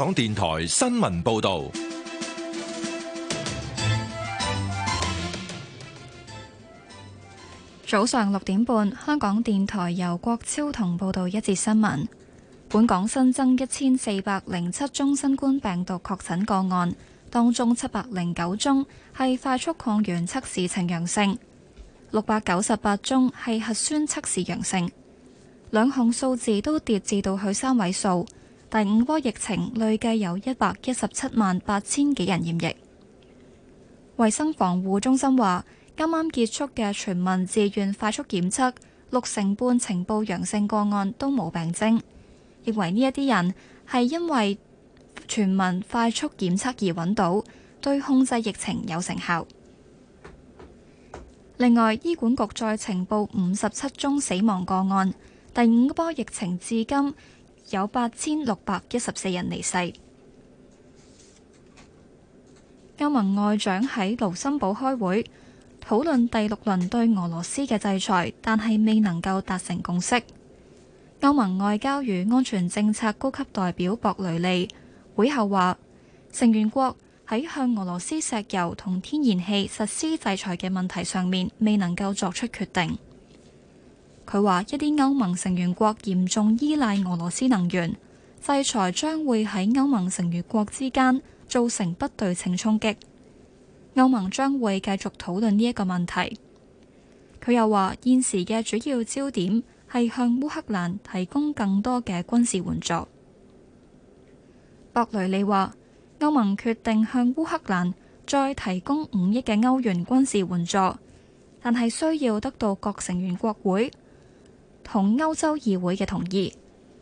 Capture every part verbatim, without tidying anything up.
港電台新聞報道。 早上六點半，香港電台由郭超同報道一節新聞。本港新增一千四百零七宗新冠病毒確診個案，當中七百零九宗係快速抗原測試呈陽性，六百九十八宗係核酸測試陽性。兩項數字都跌至到去三位數。第五波疫情累計有一百一十七萬八千幾人染疫。衛生防護中心話，啱啱結束嘅全民自願快速檢測，六成半呈報陽性個案都冇病徵，認為呢一啲人係因為全民快速檢測而揾到，對控制疫情有成效。另外，醫管局再呈報五十七宗死亡個案，第五波疫情至今有八千六百一十四人離世。歐盟外長喺盧森堡開會，討論第六輪對俄羅斯嘅制裁，但係未能夠達成共識。歐盟外交與安全政策高級代表博雷利會後話，成員國喺向俄羅斯石油同天然氣實施制裁嘅問題上面未能夠作出決定。佢話一啲歐盟成員國嚴重依賴俄羅斯能源，制裁將會喺歐盟成員國之間造成不對稱衝擊。歐盟將會繼續討論呢一個問題。佢又話現時嘅主要焦點係向烏克蘭提供更多嘅軍事援助。博雷利話，歐盟決定向烏克蘭再提供五億嘅歐元軍事援助，但係需要得到各成員國會同歐洲議會嘅同意。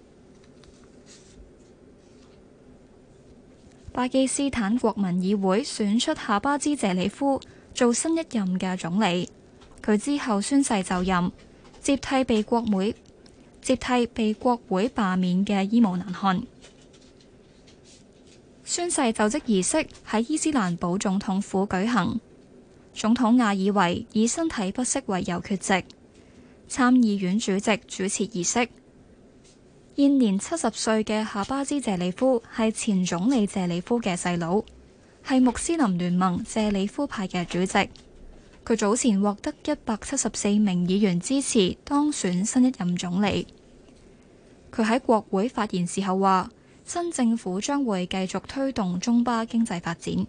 巴基斯坦國民議會選出夏巴茲謝里夫做新一任嘅總理，佢之後宣誓就任，接替被國會接替被國會罷免嘅伊姆蘭汗。宣誓就職儀式喺伊斯蘭堡總統府舉行，總統亞爾維以身體不適為由缺席，參議院主席主持儀式。現年七十歲嘅夏巴茲謝里夫係前總理謝里夫嘅細佬，係穆斯林聯盟謝里夫派嘅主席。佢早前獲得一百七十四名議員支持，當選新一任總理。佢喺國會發言時候話，新政府將會繼續推動中巴經濟發展。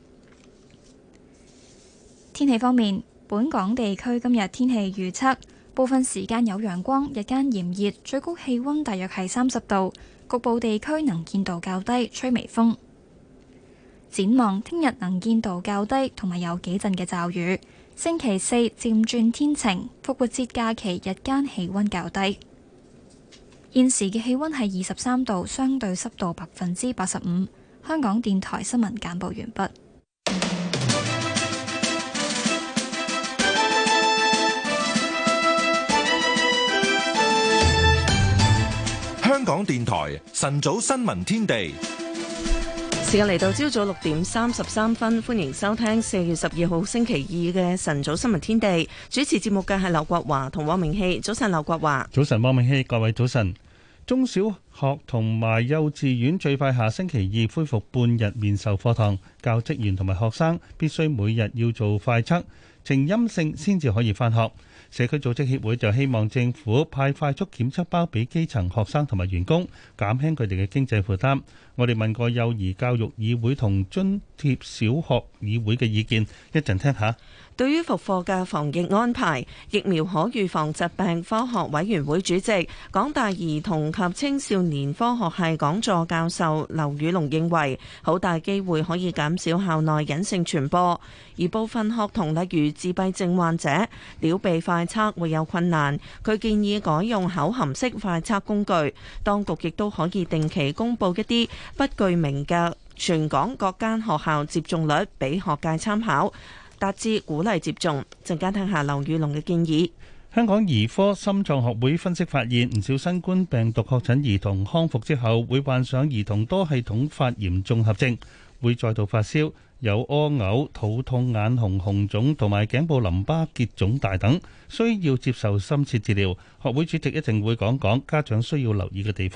天氣方面，本港地區今日天氣預測，部分時間有陽光，日間炎熱，最高氣溫大約係三十度，局部地區能見度較低，吹微風。展望聽日能見度較低，同埋有幾陣嘅驟雨。星期四漸轉天晴，復活節假期日間氣溫較低。現時嘅氣溫係二十三度，相對濕度百分之八十五。香港電台新聞簡報完畢。 香港電台晨早新聞天地， 時間嚟到朝早六點三十三分，歡迎收聽四月十二號星期二嘅晨早新聞天地。主持節目嘅係劉國華同汪明熙。早晨，劉國華。 早晨，汪明熙。各位早晨。中小學同埋幼稚園最快下星期二恢復半日面授課堂，教職員同埋學生必須每日要做快測，呈陰性先至可以返學。社區組織協會就希望政府派快速檢測包俾基層學生同埋員工，減輕佢哋嘅經濟負擔。我哋問過幼兒教育議會同津貼小學議會嘅意見，一陣聽下。 對於復課嘅防疫安排，疫苗可預防疾病科學委員會主席、港大兒童及青少年科學系講座教授劉宇龍認為，好大機會可以減少校內隱性傳播，而部分學童例如自閉症患者，撩鼻快測會有困難。佢建議改用口含式快測工具，當局亦都可以定期公佈一啲不具名嘅全港各間學校接種率俾學界參考，達至鼓勵接種。陣間聽下劉宇龍嘅建議。 香港兒科心臟學會分析發現，唔少新冠病毒確診兒童康復之後會患上兒童多系統發炎綜合症，會再度發燒、有屙嘔、肚痛、眼紅、紅腫同埋頸部淋巴結腫大等，需要接受深切治療。學會主席一定會講講家長需要留意嘅地方。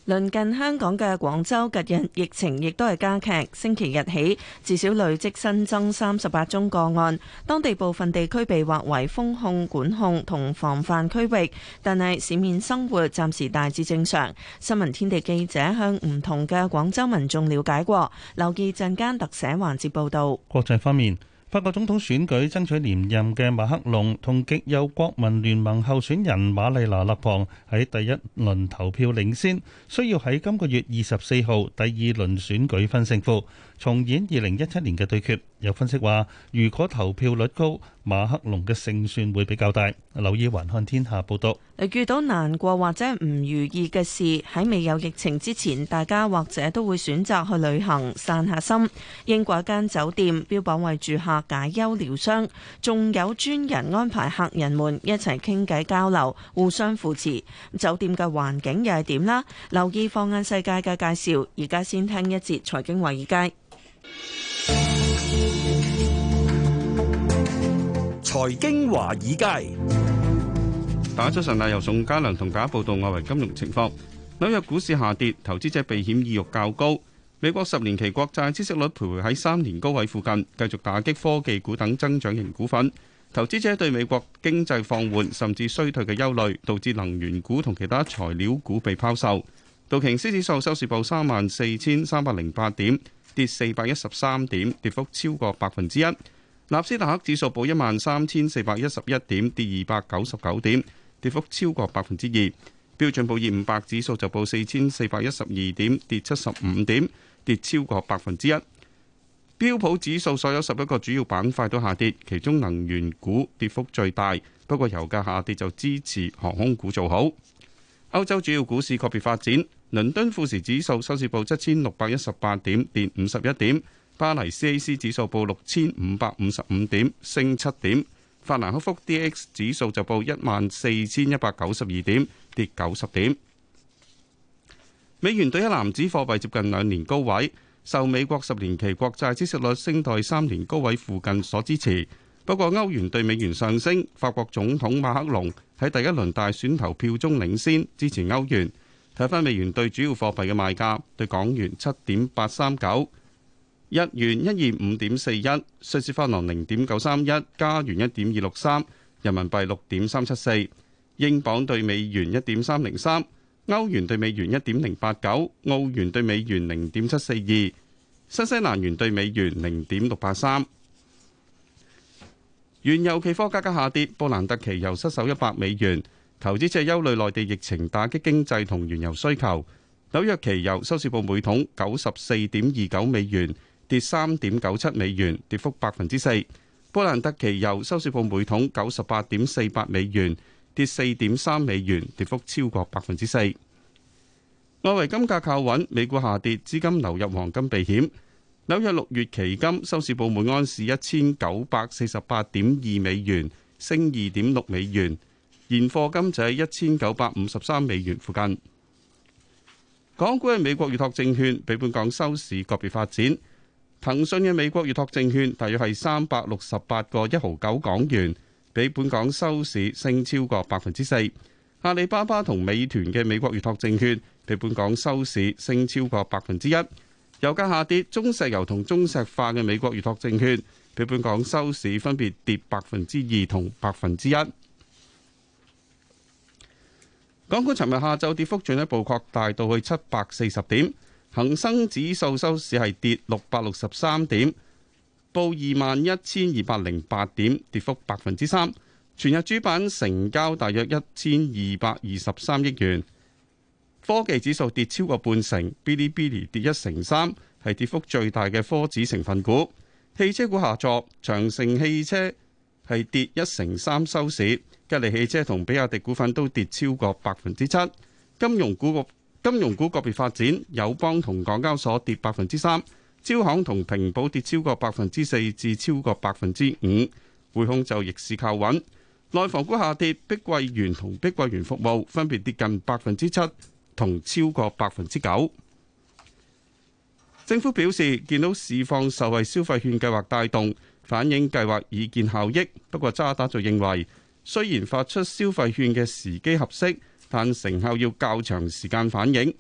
鄰近香港嘅廣州近日疫情亦都係加劇，星期日起至少累積新增三十八宗個案，當地部分地區被劃為封控、管控同防範區域，但係市面生活暫時大致正常。新聞天地記者向唔同嘅廣州民眾了解過，留意陣間特寫環節報導。 國際方面，法國總統選舉爭取連任嘅馬克龍同極右國民聯盟候選人瑪麗娜勒龐喺第一輪投票領先，需要喺今個月二十四號第二輪選舉分勝負，重演二零一七年嘅對決。有分析話，如果投票率高，馬克龍嘅勝算會比較大。留意環看天下報道。 遇到難過或者唔如意嘅事，喺未有疫情之前，大家或者都會選擇去旅行散下心。英國一間酒店標榜為住客解憂療傷，仲有專人安排客人們一齊傾偈交流，互相扶持。酒店嘅環境又係點啦？留意放眼世界嘅介紹。而家先聽一節財經華爾街。 財經華爾街， 大家早晨，由宋嘉良同大家報道外圍金融情況。紐約股市下跌，投資者避險意欲較高。美國十年期國債孳息率徘徊喺三年高位附近，繼續打擊科技股等增長型股份。投資者對美國經濟放緩甚至衰退嘅憂慮，導致能源股同其他材料股被拋售。道瓊斯指數收市報三萬四千三百零八點，跌四百一十三點，跌幅超過百分之一。納斯達克指數報一萬三千四百一十一點，跌二百九十九點，跌幅超過百分之二。標準普爾五百指數就報四千四百一十二點，跌七十五點，跌超過百分之一。標普指數所有十一個主要板塊都下跌，其中能源股跌幅最大，不過油價下跌就支持航空股做好。歐洲主要股市個別發展，倫敦富時指數收市報七千六百一十八點，跌五十一點。巴黎 C A C 指數報六千五百五十五點，升七點。法蘭克福 D X 指數就報一萬四千一百九十二點，跌九十點。美元對一籃子貨幣接近兩年高位，受美國十年期國債孳息率升到三年高位附近所支持。不過歐元對美元上升，法國總統馬克龍喺第一輪大選投票中領先，支持歐元。睇返美元對主要貨幣嘅賣價，對港元七點八三九。日元一二五點四一，瑞士法郎零點九三一，加元一點二六三，人民幣六點三七四，英鎊對美元一點三零三，歐元對美元一點零八九，澳元對美元零點七四二，新西蘭元對美元零點六八三。原油期貨價格下跌，布蘭特期油失守一百美元，投資者憂慮內地疫情打擊經濟同原油需求。紐約期油收市報每桶九十四點二九美元，跌三點九七美元，跌幅百分之四。布蘭特期油收市報每桶九十八點四八美元，跌四點三美元，跌幅超過百分之四。外圍金價靠穩，美股下跌，資金流入黃金避險。紐約六月期金收市報每安士一千九百四十八點二美元，升二點六美元。現貨金就喺一千九百五十三美元附近。港股嘅美國預託證券比本港收市個別發展。騰訊嘅美國預託證券大約係三百六十八個一毫九港元，比本港收市升超過百分之四。阿里巴巴同美團嘅美國預託證券比本港收市升超過百分之一。油價下跌，中石油同中石化嘅美國預託證券比本港收市分別跌百分之二同百分之一。港股尋日下晝跌幅進一步擴大到去七百四十點。恒生指數收市係跌六百六十三點，報二萬一千二百零八點，跌幅百分之三。全日主板成交大約一千二百二十三億元。科技指數跌超過半成，嗶哩嗶哩跌一成三，係跌幅最大嘅科指成分股。汽車股下挫，長城汽車係跌一成三收市，吉利汽車同比亞迪股份都跌超過百分之七。金融股個金融股個別發展，友邦同港交所跌百分之三，招行同平保跌超過百分之四至超過百分之五，匯控就逆市靠穩。內房股下跌，碧桂園同碧桂園服務分別跌近百分之七同超過百分之九。政府表示見到市況受惠消費券計劃帶動，反映計劃已見效益。不過渣打就認為，雖然發出消費券嘅時機合適，但成效要較長時間反映。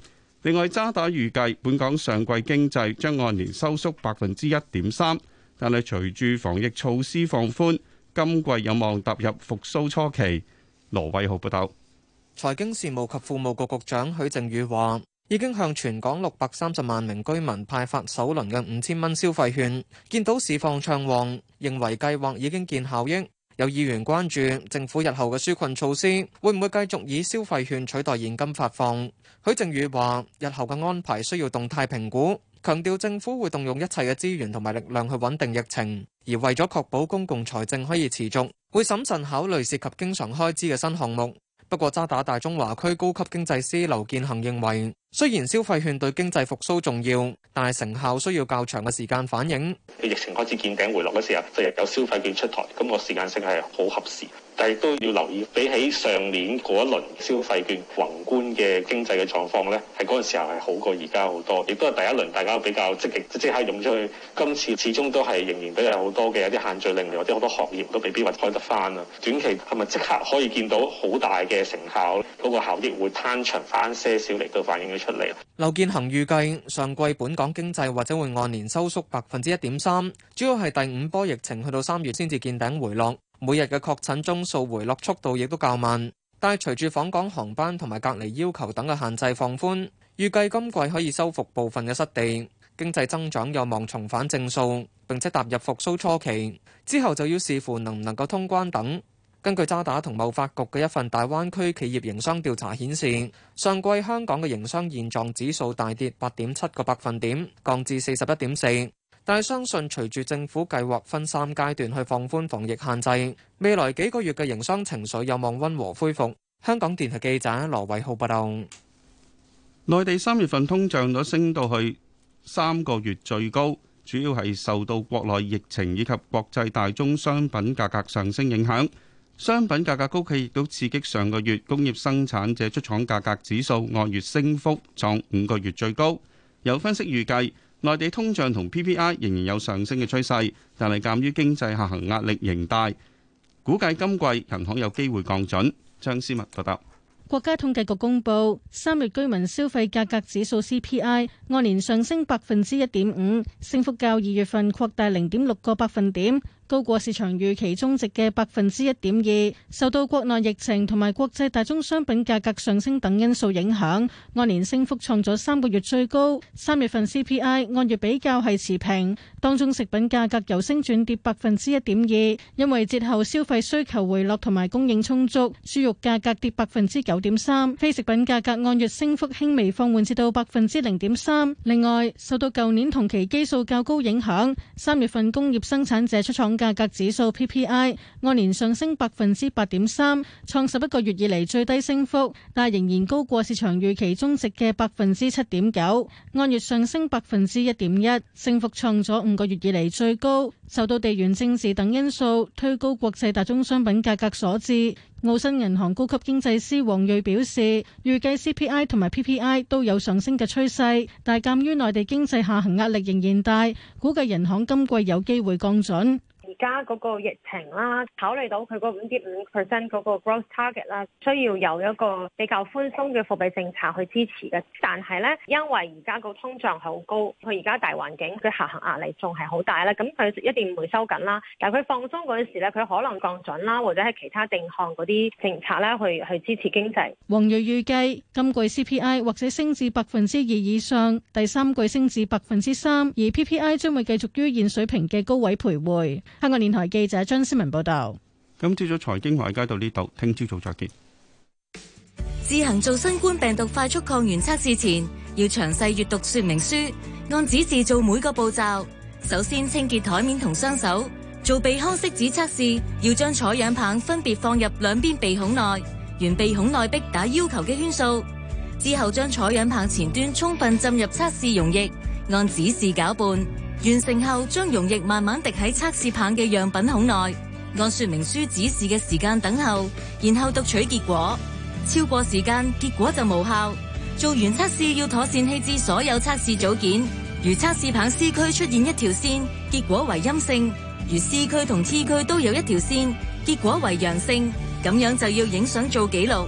另外，渣打預計本港上季經濟將按年收縮百分之一點三，但係隨住防疫措施放寬，今季有望踏入復甦初期。羅偉浩報道。 財經事務及庫務局局長許正宇話，已經向全港六百三十萬名居民派發首輪嘅五千蚊消費券，見到市況暢旺，認為計劃已經見效益。有議員關注政府日後嘅紓困措施會唔會繼續以消費券取代現金發放。許正宇話，日後嘅安排需要動態評估，強調政府會動用一切嘅資源同埋力量去穩定疫情，而為咗確保公共財政可以持續，會審慎考慮涉及經常開支嘅新項目。不過，渣打大中華區高級經濟師劉建恒認為，雖然消費券對經濟復甦重要，但係成效需要較長嘅時間反映。 疫情開始見頂回落嘅時候，就有消費券出台，咁個時間性係好合時。但係都要留意，比起上年嗰一輪消費券宏觀嘅經濟嘅狀況呢，係嗰陣時候係好過而家好多，亦都係第一輪大家比較積極，即刻用咗去。今次始終都係仍然都有好多嘅有啲限聚令，或者好多行業都未必話開得翻啊。短期係咪即刻可以見到好大嘅成效？嗰個效益會攤長翻些少嚟到反映咗出嚟。 劉建恒預計上季本港經濟或者會按年收縮百分之一點三，主要係第五波疫情去到三月先至見頂回落。每日嘅確診宗數回落速度亦都較慢，但係隨住訪港航班同埋隔離要求等嘅限制放寬，預計今季可以收復部分嘅失地，經濟增長有望重返正數，並且踏入復甦初期。之後就要視乎能唔能夠通關等。根據渣打同貿發局嘅一份大灣區企業營商調查顯示，上季香港嘅營商現狀指數大跌八點七個百分點，降至四十一點四。但係相信隨住政府計劃分三階段去放寬防疫限制，未來幾個月嘅營商情緒有望溫和恢復。香港電台記者羅偉浩報道。 內地三月份通脹率升到去三個月最高，主要係受到國內疫情以及國際大宗商品價格上升影響。商品價格高企亦都刺激上個月工業生產者出廠價格指數按月升幅創五個月最高。有分析預計，內地通脹同 P P I 仍然有上升嘅趨勢，但係鑑於經濟下行壓力仍大，估計今季銀行有機會降準。張思文報道。 國家統計局公布三月居民消費價格指數 C P I 按年上升百分之一點五，升幅較二月份擴大零點六個百分點，高過市場預期中值嘅百分之一點二。受到國內疫情同埋國際大宗商品價格上升等因素影響，按年升幅創咗三個月最高。三月份 C P I 按月比較係持平，當中食品價格由升轉跌百分之一點二，因為節後消費需求回落同埋供應充足。豬肉價格跌百分之九點三，非食品價格按月升幅輕微放緩至到百分之零點三。另外，受到舊年同期基數較高影響，三月份工業生產者出廠價格指數 P P I 按年上升百分之八點三，創十一個月以嚟最低升幅，但仍然高過市場預期中值嘅百分之七點九，按月上升百分之一點一，升幅創咗五個月以嚟最高。受到地緣政治等因素推高國際大宗商品價格所致。澳新銀行高級經濟師黃瑞表示，預計 C P I 同埋 P P I 都有上升嘅趨勢，但係鑑於內地經濟下行壓力仍然大，估計人行今季有機會降準。 而家嗰個疫情啦，考慮到佢嗰五點五 percent 嗰個 growth target 啦，需要有一個比較寬鬆嘅貨幣政策去支持嘅。但係咧，因為而家個通脹係好高，佢而家大環境佢下行壓力仲係好大咧，咁佢一定唔會收緊啦。但係佢放鬆嗰陣時咧，佢可能降準啦，或者係其他定向嗰啲政策咧，去去支持經濟。 黃瑞預計今季 C P I 或者升至百分之二以上，第三季升至百分之三，而 P P I 將會繼續於現水平嘅高位徘徊。香港電台記者張思文報道。 今朝早財經華爾街到呢度，聽朝早再見。 自行做新冠病毒快速抗原測試前，要詳細閱讀說明書，按指示做每個步驟。首先清潔台面同雙手。做鼻腔拭子測試，要將採樣棒分別放入兩邊鼻孔內，沿鼻孔內壁打要求嘅圈數。之後將採樣棒前端充分浸入測試溶液，按指示攪拌。完成後，將溶液慢慢滴喺測試棒嘅樣品孔內，按說明書指示嘅時間等候，然後讀取結果。超過時間，結果就無效。做完測試要妥善棄置所有測試組件。如測試棒 C 區出現一條線，結果為陰性；如 C 區同 T 區都有一條線，結果為陽性。咁樣就要影相做記錄。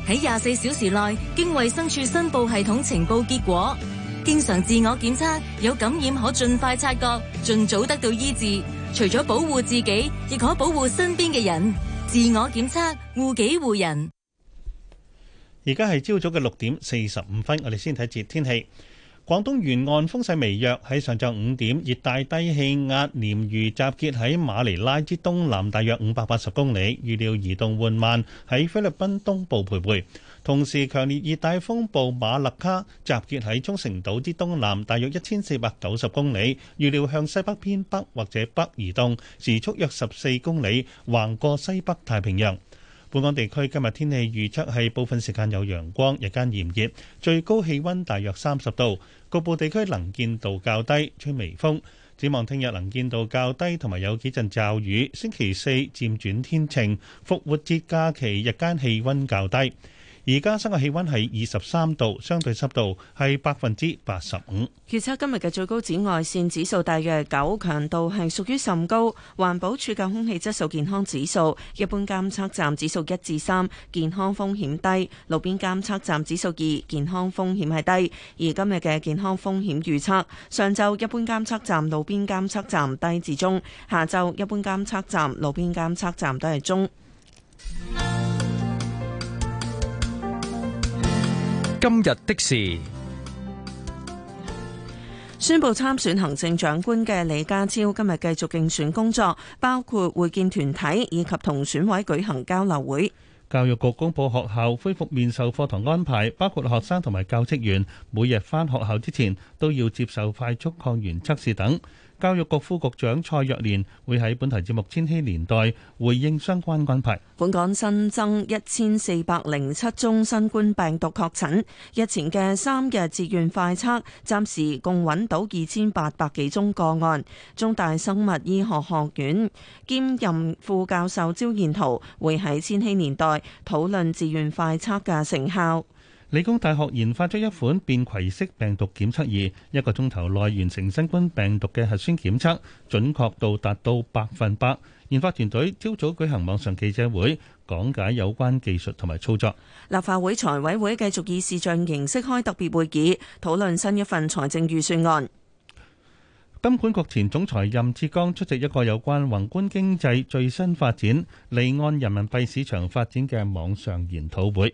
喺廿四小時內經衛生署申報系統呈報結果。經常自我檢測，有感染可盡快察覺，盡早得到醫治。除咗保護自己，亦可保護身邊嘅人。自我檢測，護己護人。 而家係朝早嘅六點四十五分，我哋先睇節天氣。廣東沿岸風勢微弱，喺上晝五點，熱帶低氣壓鯰魚集結喺馬尼拉之東南，大約五百八十公里，預料移動緩慢，喺菲律賓東部徘徊。同時，強烈熱帶風暴馬勒卡集結喺沖繩島之東南，大約一千四百九十公里，預料向西北偏北或者北移動，時速約十四公里，橫過西北太平洋。本港地區今日天氣預測係部分時間有陽光，日間炎熱，最高氣溫大約三十度，局部地區能見度較低，吹微風。展望聽日能見度較低，同埋有幾陣驟雨。星期四漸轉天晴，復活節假期日間氣溫較低。而家室外氣溫係二十三度，相對濕度係百分之八十五。 預測今日嘅最高紫外線指數大約九，強度係屬於甚高。環保署嘅空氣質素健康指數，一般監測站指數一至三，健康風險低；路邊監測站指數二，健康風險係低。而今日嘅健康風險預測，上晝一般監測站、路邊監測站低至中；下晝一般監測站、路邊監測站都係中。 今日的事， 宣布參選行政長官嘅李家超今日繼續競選工作，包括會見團體以及同選委舉行交流會。 教育局公布學校恢復面授課堂安排，包括學生同埋教職員每日返學校之前都要接受快速抗原測試等。教育局副局長蔡若蓮會喺本台節目《千禧年代》回應相關安排。 本港新增一千四百零七宗新冠病毒確診，日前嘅三日自願快測，暫時共揾到二千八百幾宗個案。中大生物醫學學院兼任副教授招彥燾會喺《千禧年代》討論自願快測嘅成效。 理工大學研發咗一款便攜式病毒檢測儀，一個鐘頭內完成新冠病毒嘅核酸檢測，準確度達到百分百。研發團隊朝早舉行網上記者會，講解有關技術同埋操作。 立法會財委會繼續以視像形式開特別會議，討論新一份財政預算案。 金管局前總裁任志剛出席一個有關宏觀經濟最新發展、離岸人民幣市場發展嘅網上研討會。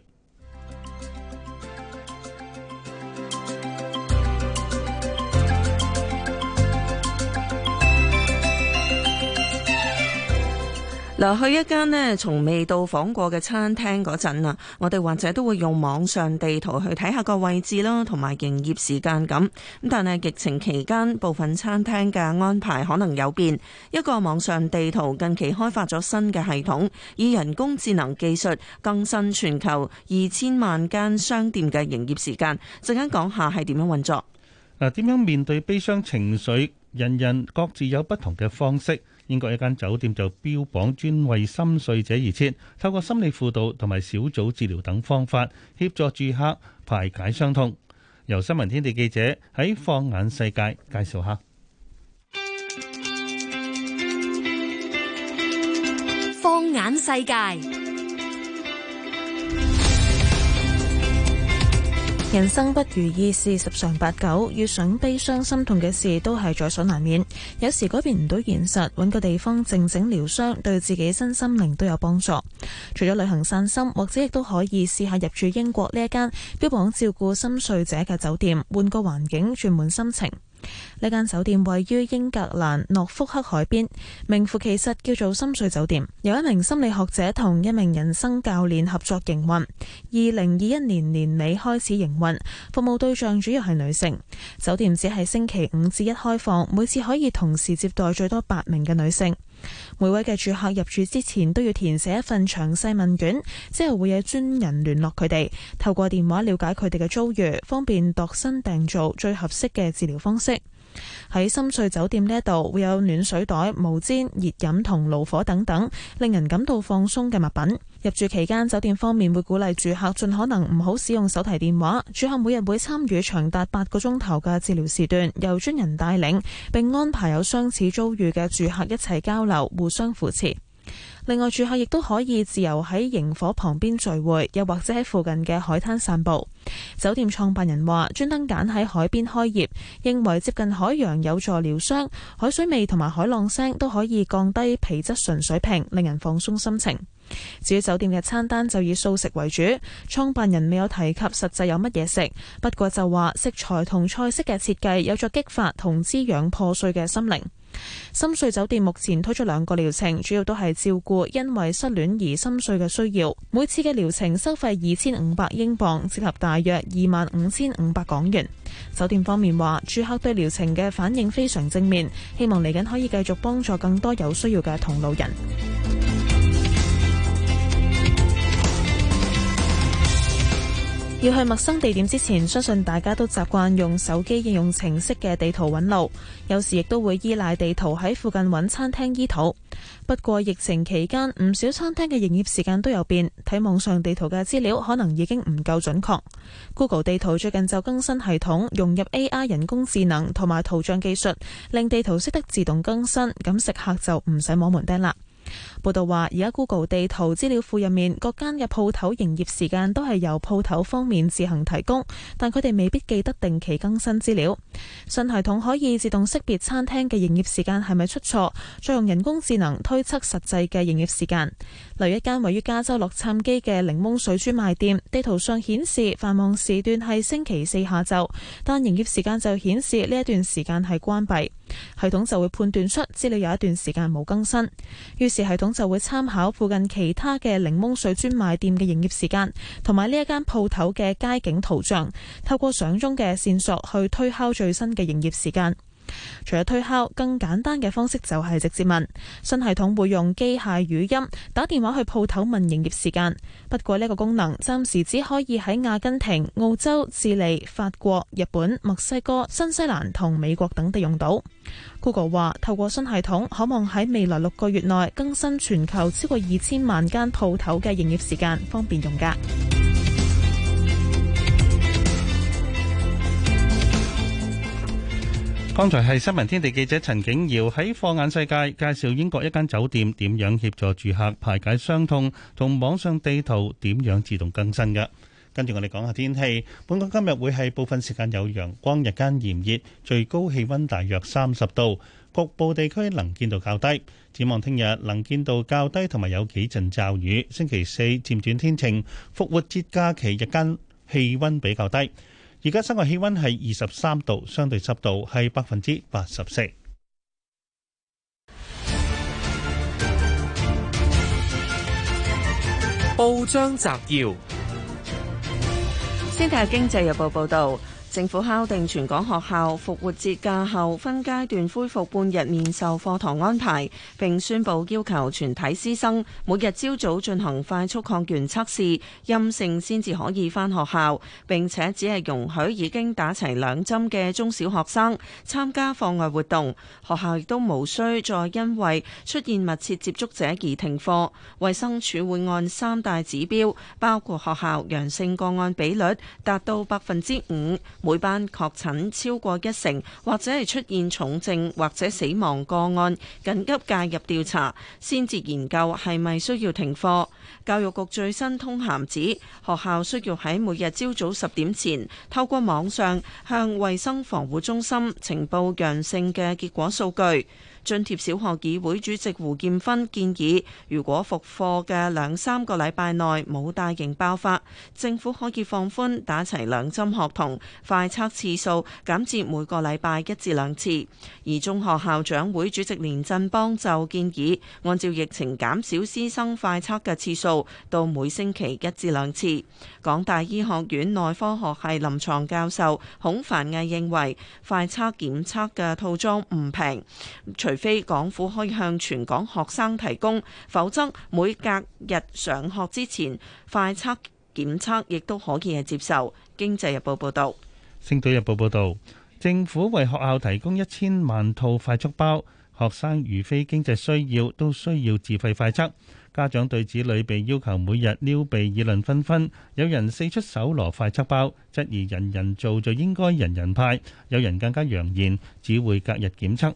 嗱，去一間呢從未到訪過嘅餐廳嗰陣啊，我哋或者都會用網上地圖去睇下個位置啦，同埋營業時間咁。咁但係疫情期間，部分餐廳嘅安排可能有變。一個網上地圖近期開發咗新嘅系統，以人工智能技術更新全球二千萬間商店嘅營業時間。陣間講下係點樣運作。 嗱，點樣面對悲傷情緒？人人各自有不同嘅方式。英國一間酒店就標榜專為心碎者而設，透過心理輔導同埋小組治療等方法協助住客排解傷痛。由新聞天地記者喺放眼世界介紹下。 放眼世界。人生不如意事十常八九，遇上悲傷心痛嘅事都係在所難免。有時改變唔到現實，揾個地方靜靜療傷，對自己身心靈都有幫助。除咗旅行散心，或者亦都可以試下入住英國呢一間標榜照顧心碎者嘅酒店，換個環境，轉換心情。呢間酒店位於英格蘭諾福克海邊，名副其實叫做心碎酒店。由一名心理學者同一名人生教練合作營運，二零二一年年尾開始營運，服務對象主要係女性。酒店只係星期五至一開放，每次可以同時接待最多八名嘅女性。每位嘅住客入住之前都要填寫一份詳細問卷，之後會有專人聯絡佢哋，透過電話了解佢哋嘅遭遇，方便度身訂造最合適嘅治療方式。喺心碎酒店呢一度會有暖水袋、毛氈、熱飲同爐火等等令人感到放鬆嘅物品。入住期間，酒店方面會鼓勵住客盡可能唔好使用手提電話。住客每日會參與長達八個鐘頭嘅治療時段，由專人帶領，並安排有相似遭遇嘅住客一齊交流，互相扶持。 另外，住客亦都可以自由喺營火旁邊聚會，又或者喺附近嘅海灘散步。酒店創辦人話：專登揀喺海邊開業，認為接近海洋有助療傷，海水味同埋海浪聲都可以降低皮質醇水平，令人放鬆心情。至於酒店嘅餐單就以素食為主，創辦人未有提及實際有乜嘢食，不過就話食材同菜式嘅設計有助激發同滋養破碎嘅心靈。心碎酒店目前推出兩個療程，主要都係照顧因為失戀而心碎嘅需要。每次嘅療程收費二千五百英鎊，折合大約二萬五千五百港元。酒店方面話，住客對療程嘅反應非常正面，希望嚟緊可以繼續幫助更多有需要嘅同路人。要去陌生地點之前，相信大家都習慣用手機應用程式嘅地圖揾路，有時亦都會依賴地圖喺附近揾餐廳醫肚。不過疫情期間，唔少餐廳嘅營業時間都有變，睇網上地圖嘅資料可能已經唔夠準確。Google 地圖最近就更新系統，融入 A I 人工智能同埋圖像技術，令地圖識得自動更新，咁食客就唔使摸門釘啦。報道話，而家 Google 地圖資料庫入面各間嘅鋪頭營業時間都係由鋪頭方面自行提供，但佢哋未必記得定期更新資料。新系統可以自動識別餐廳嘅營業時間係咪出錯，再用人工智能推測實際嘅營業時間。例如一間位於加州洛杉磯嘅檸檬水專賣店，地圖上顯示繁忙時段係星期四下晝，但營業時間就顯示呢一段時間係關閉。系統就會判斷出資料有一段時間冇更新，於是系統就會參考附近其他嘅檸檬水專賣店嘅營業時間，同埋呢一間鋪頭嘅街景圖像，透過相中嘅線索去推敲最新嘅營業時間。除咗推敲，更簡單嘅方式就係直接問。新系統會用機械語音打電話去鋪頭問營業時間，不過呢個功能暫時只可以喺阿根廷、澳洲、智利、法國、日本、墨西哥、新西蘭同美國等地用到。Google 話，透過新系統，可望喺未來六個月內更新全球超過二千萬間鋪頭嘅營業時間，方便用家。 剛才係新聞天地記者陳景瑤喺放眼世界介紹英國一間酒店點樣協助住客排解傷痛，同網上地圖點樣自動更新嘅。跟住我哋講下天氣，本港今日會係部分時間有陽光，日間炎熱，最高氣溫大約三十度，局部地區能見度較低。展望聽日能見度較低，同埋有幾陣驟雨。星期四漸轉天晴，復活節假期日間氣溫比較低。而家室外氣溫係二十三度，相對濕度係百分之八十四。 報章摘要， 先睇下《經濟日報》報導。政府敲定全港學校復活節假後分階段恢復半日面授課堂安排，並宣布要求全體師生每日朝早進行快速抗原測試，陰性先至可以返學校，並且只係容許已經打齊兩針嘅中小學生參加課外活動。學校亦都無需再因為出現密切接觸者而停課。衛生署會按三大指標，包括學校陽性個案比率達到百分之五，每班確診超過一成，或者係出現重症或者死亡個案，緊急介入調查，先至研究係咪需要停課。教育局最新通函指，學校需要喺每日朝早十點前，透過網上向衛生防護中心呈報陽性嘅結果數據。津貼小學議會主席胡劍芬建議，如果復課嘅兩三個禮拜內冇大型爆發，政府可以放寬打齊兩針學童快測次數，減至每個禮拜一至兩次。而中學校長會主席連振邦就建議，按照疫情減少師生快測嘅次數到每星期一至兩次。港大醫學院內科學系臨床教授孔凡毅認為，快測檢測嘅套裝唔平，除非港府可以向全港學生提供，否則每隔日上學之前快測檢測亦都可以係接受。經濟日報報道。 星島日報報道，政府為學校提供一千萬套快速包，學生如非經濟需要，都需要自費快測。家長對子女被要求每日撩鼻議論紛紛，有人四出搜羅快測包，質疑人人做就應該人人派，有人更加揚言只會隔日檢測。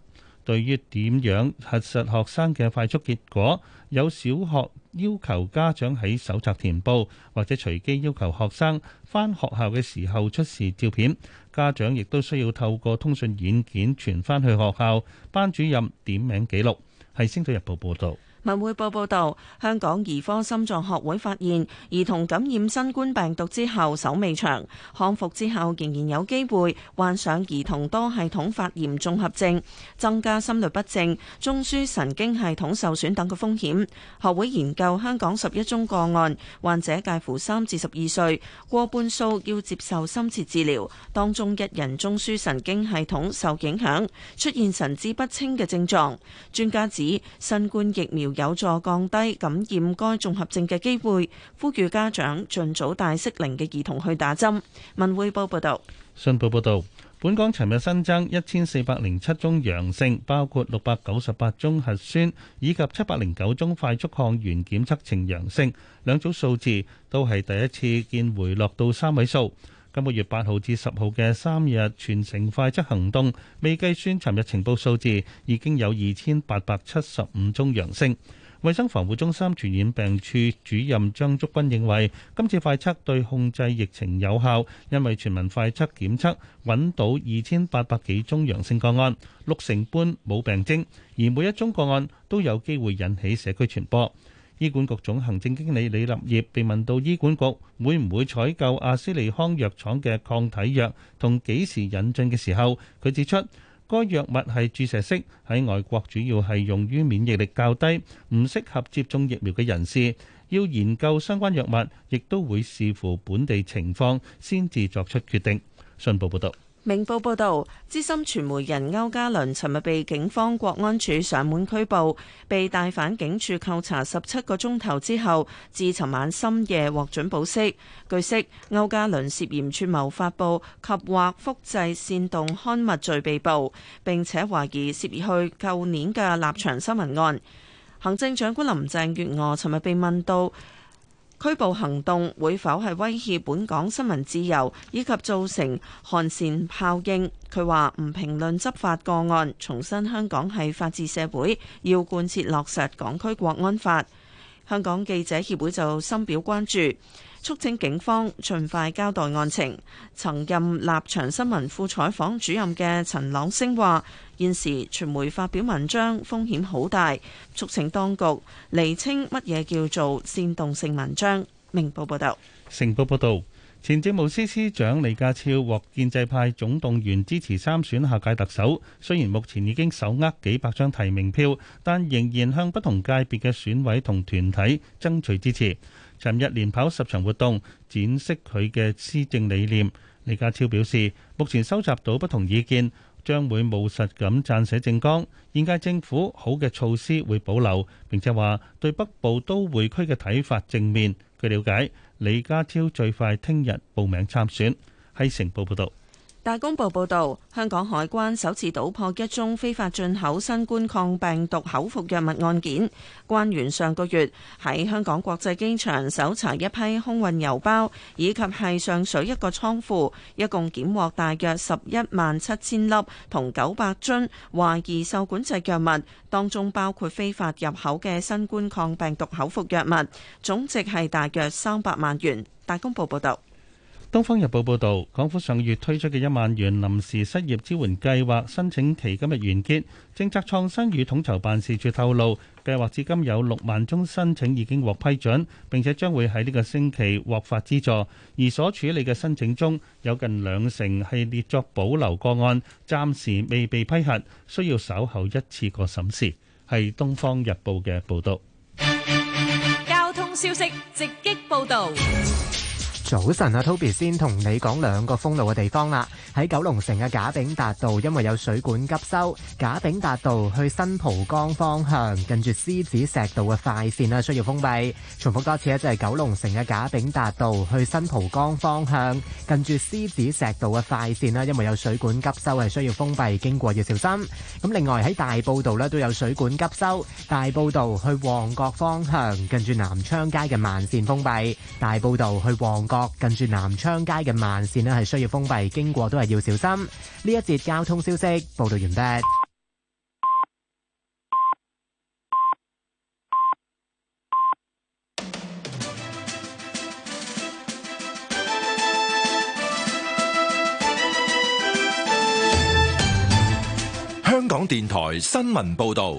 對於點樣核實學生嘅快速結果，有小學要求家長喺手冊填報，或者隨機要求學生返學校嘅時候出示照片。家長亦都需要透過通訊軟件傳翻去學校，班主任點名記錄。係《星島日報》報導。 文匯報報道，香港兒科心臟學會發現，兒童感染新冠病毒之後手尾長，康復之後仍然有機會患上兒童多系統發炎綜合症，增加心律不正、中樞神經系統受損等嘅風險。學會研究香港十一宗個案，患者介乎三至十二歲，過半數要接受深切治療，當中一人中樞神經系統受影響，出現神志不清嘅症狀。專家指，新冠疫苗有助降低感染該綜合症嘅機會，呼籲家長盡早帶適齡嘅兒童去打針。文匯報報道。 信報報導，本港尋日新增一千四百零七宗陽性，包括六百九十八宗核酸以及七百零九宗快速抗原檢測呈陽性，兩組數字都係第一次見回落到三位數。今個月八號至十號嘅三日全城快測行動，未計算尋日情報數字，已經有二千八百七十五宗陽性。衛生防護中心傳染病處主任張竹君認為，今次快測對控制疫情有效，因為全民快測檢測揾到二千八百幾宗陽性個案，六成半冇病徵，而每一宗個案都有機會引起社區傳播。醫管局總行政經理李立業被問到醫管局會唔會採購阿斯利康藥廠嘅抗體藥同幾時引進嘅時候，佢指出該藥物係注射式，喺外國主要係用於免疫力較低、唔適合接種疫苗嘅人士，要研究相關藥物，亦都會視乎本地情況先至作出決定。信報報道。 明報報導，資深傳媒人歐嘉倫尋日被警方國安處上門拘捕，被帶返警署扣查十七個鐘頭之後，至尋晚深夜獲准保釋。據悉，歐嘉倫涉嫌串謀發布及或複製煽動刊物罪被捕，並且懷疑涉及去舊年嘅立場新聞案。行政長官林鄭月娥尋日被問到拘捕行動會否係威脅本港新聞自由，以及造成寒蟬效應？佢話唔評論執法個案，重申香港係法治社會，要貫徹落實港區國安法。香港記者協會就深表關注，促請警方盡快交代案情。曾任立場新聞副採訪主任嘅陳朗昇話：現時傳媒發表文章風險好大，促請當局釐清乜嘢叫做煽動性文章。明報報道。 成報報導。前政務司司長李家超獲建制派總動員支持參選下屆特首，雖然目前已經手握幾百張提名票，但仍然向不同界別嘅選委同團體爭取支持。尋日連跑十場活動，展示佢嘅施政理念。李家超表示，目前收集到不同意見，將會務實咁撰寫政綱。現屆政府好嘅措施會保留，並且話對北部都會區嘅睇法正面。據了解，李家超最快聽日報名參選。係成報報道。 大公報報導，香港海關首次搗破一宗非法進口新冠抗病毒口服藥物案件。關員上個月喺香港國際機場搜查一批空運郵包，以及係上水一個倉庫，一共檢獲大約十一萬七千粒同九百樽懷疑受管制藥物，當中包括非法入口嘅新冠抗病毒口服藥物，總值係大約三百萬元。大公報報導。 《東方日報》報導，港府上個月推出嘅一萬元臨時失業支援計劃申請期今日完結。政策創新與統籌辦事處透露，計劃至今有六萬宗申請已經獲批准，並且將會喺呢個星期獲發資助。而所處理嘅申請中有近兩成係列作保留個案，暫時未被批核，需要稍後一次過審視。係《東方日報》嘅報導。 交通消息直擊報導。 早晨啊 ，Toby 先同你講兩個封路嘅地方啦。喺九龍城嘅賈炳達道，因為有水管急修，賈炳達道去新蒲崗方向，近住獅子石道嘅快線啦，需要封閉。重複多次咧，就係九龍城嘅賈炳達道去新蒲崗方向，近住獅子石道嘅快線啦，因為有水管急修係需要封閉，經過要小心。咁另外喺大埔道咧都有水管急修，大埔道去旺角方向，近住南昌街嘅慢線封閉。大埔道去旺角近住南昌街嘅慢線咧係需要封閉，經過都係要小心。呢一節交通消息報道完畢。 電台新聞報道。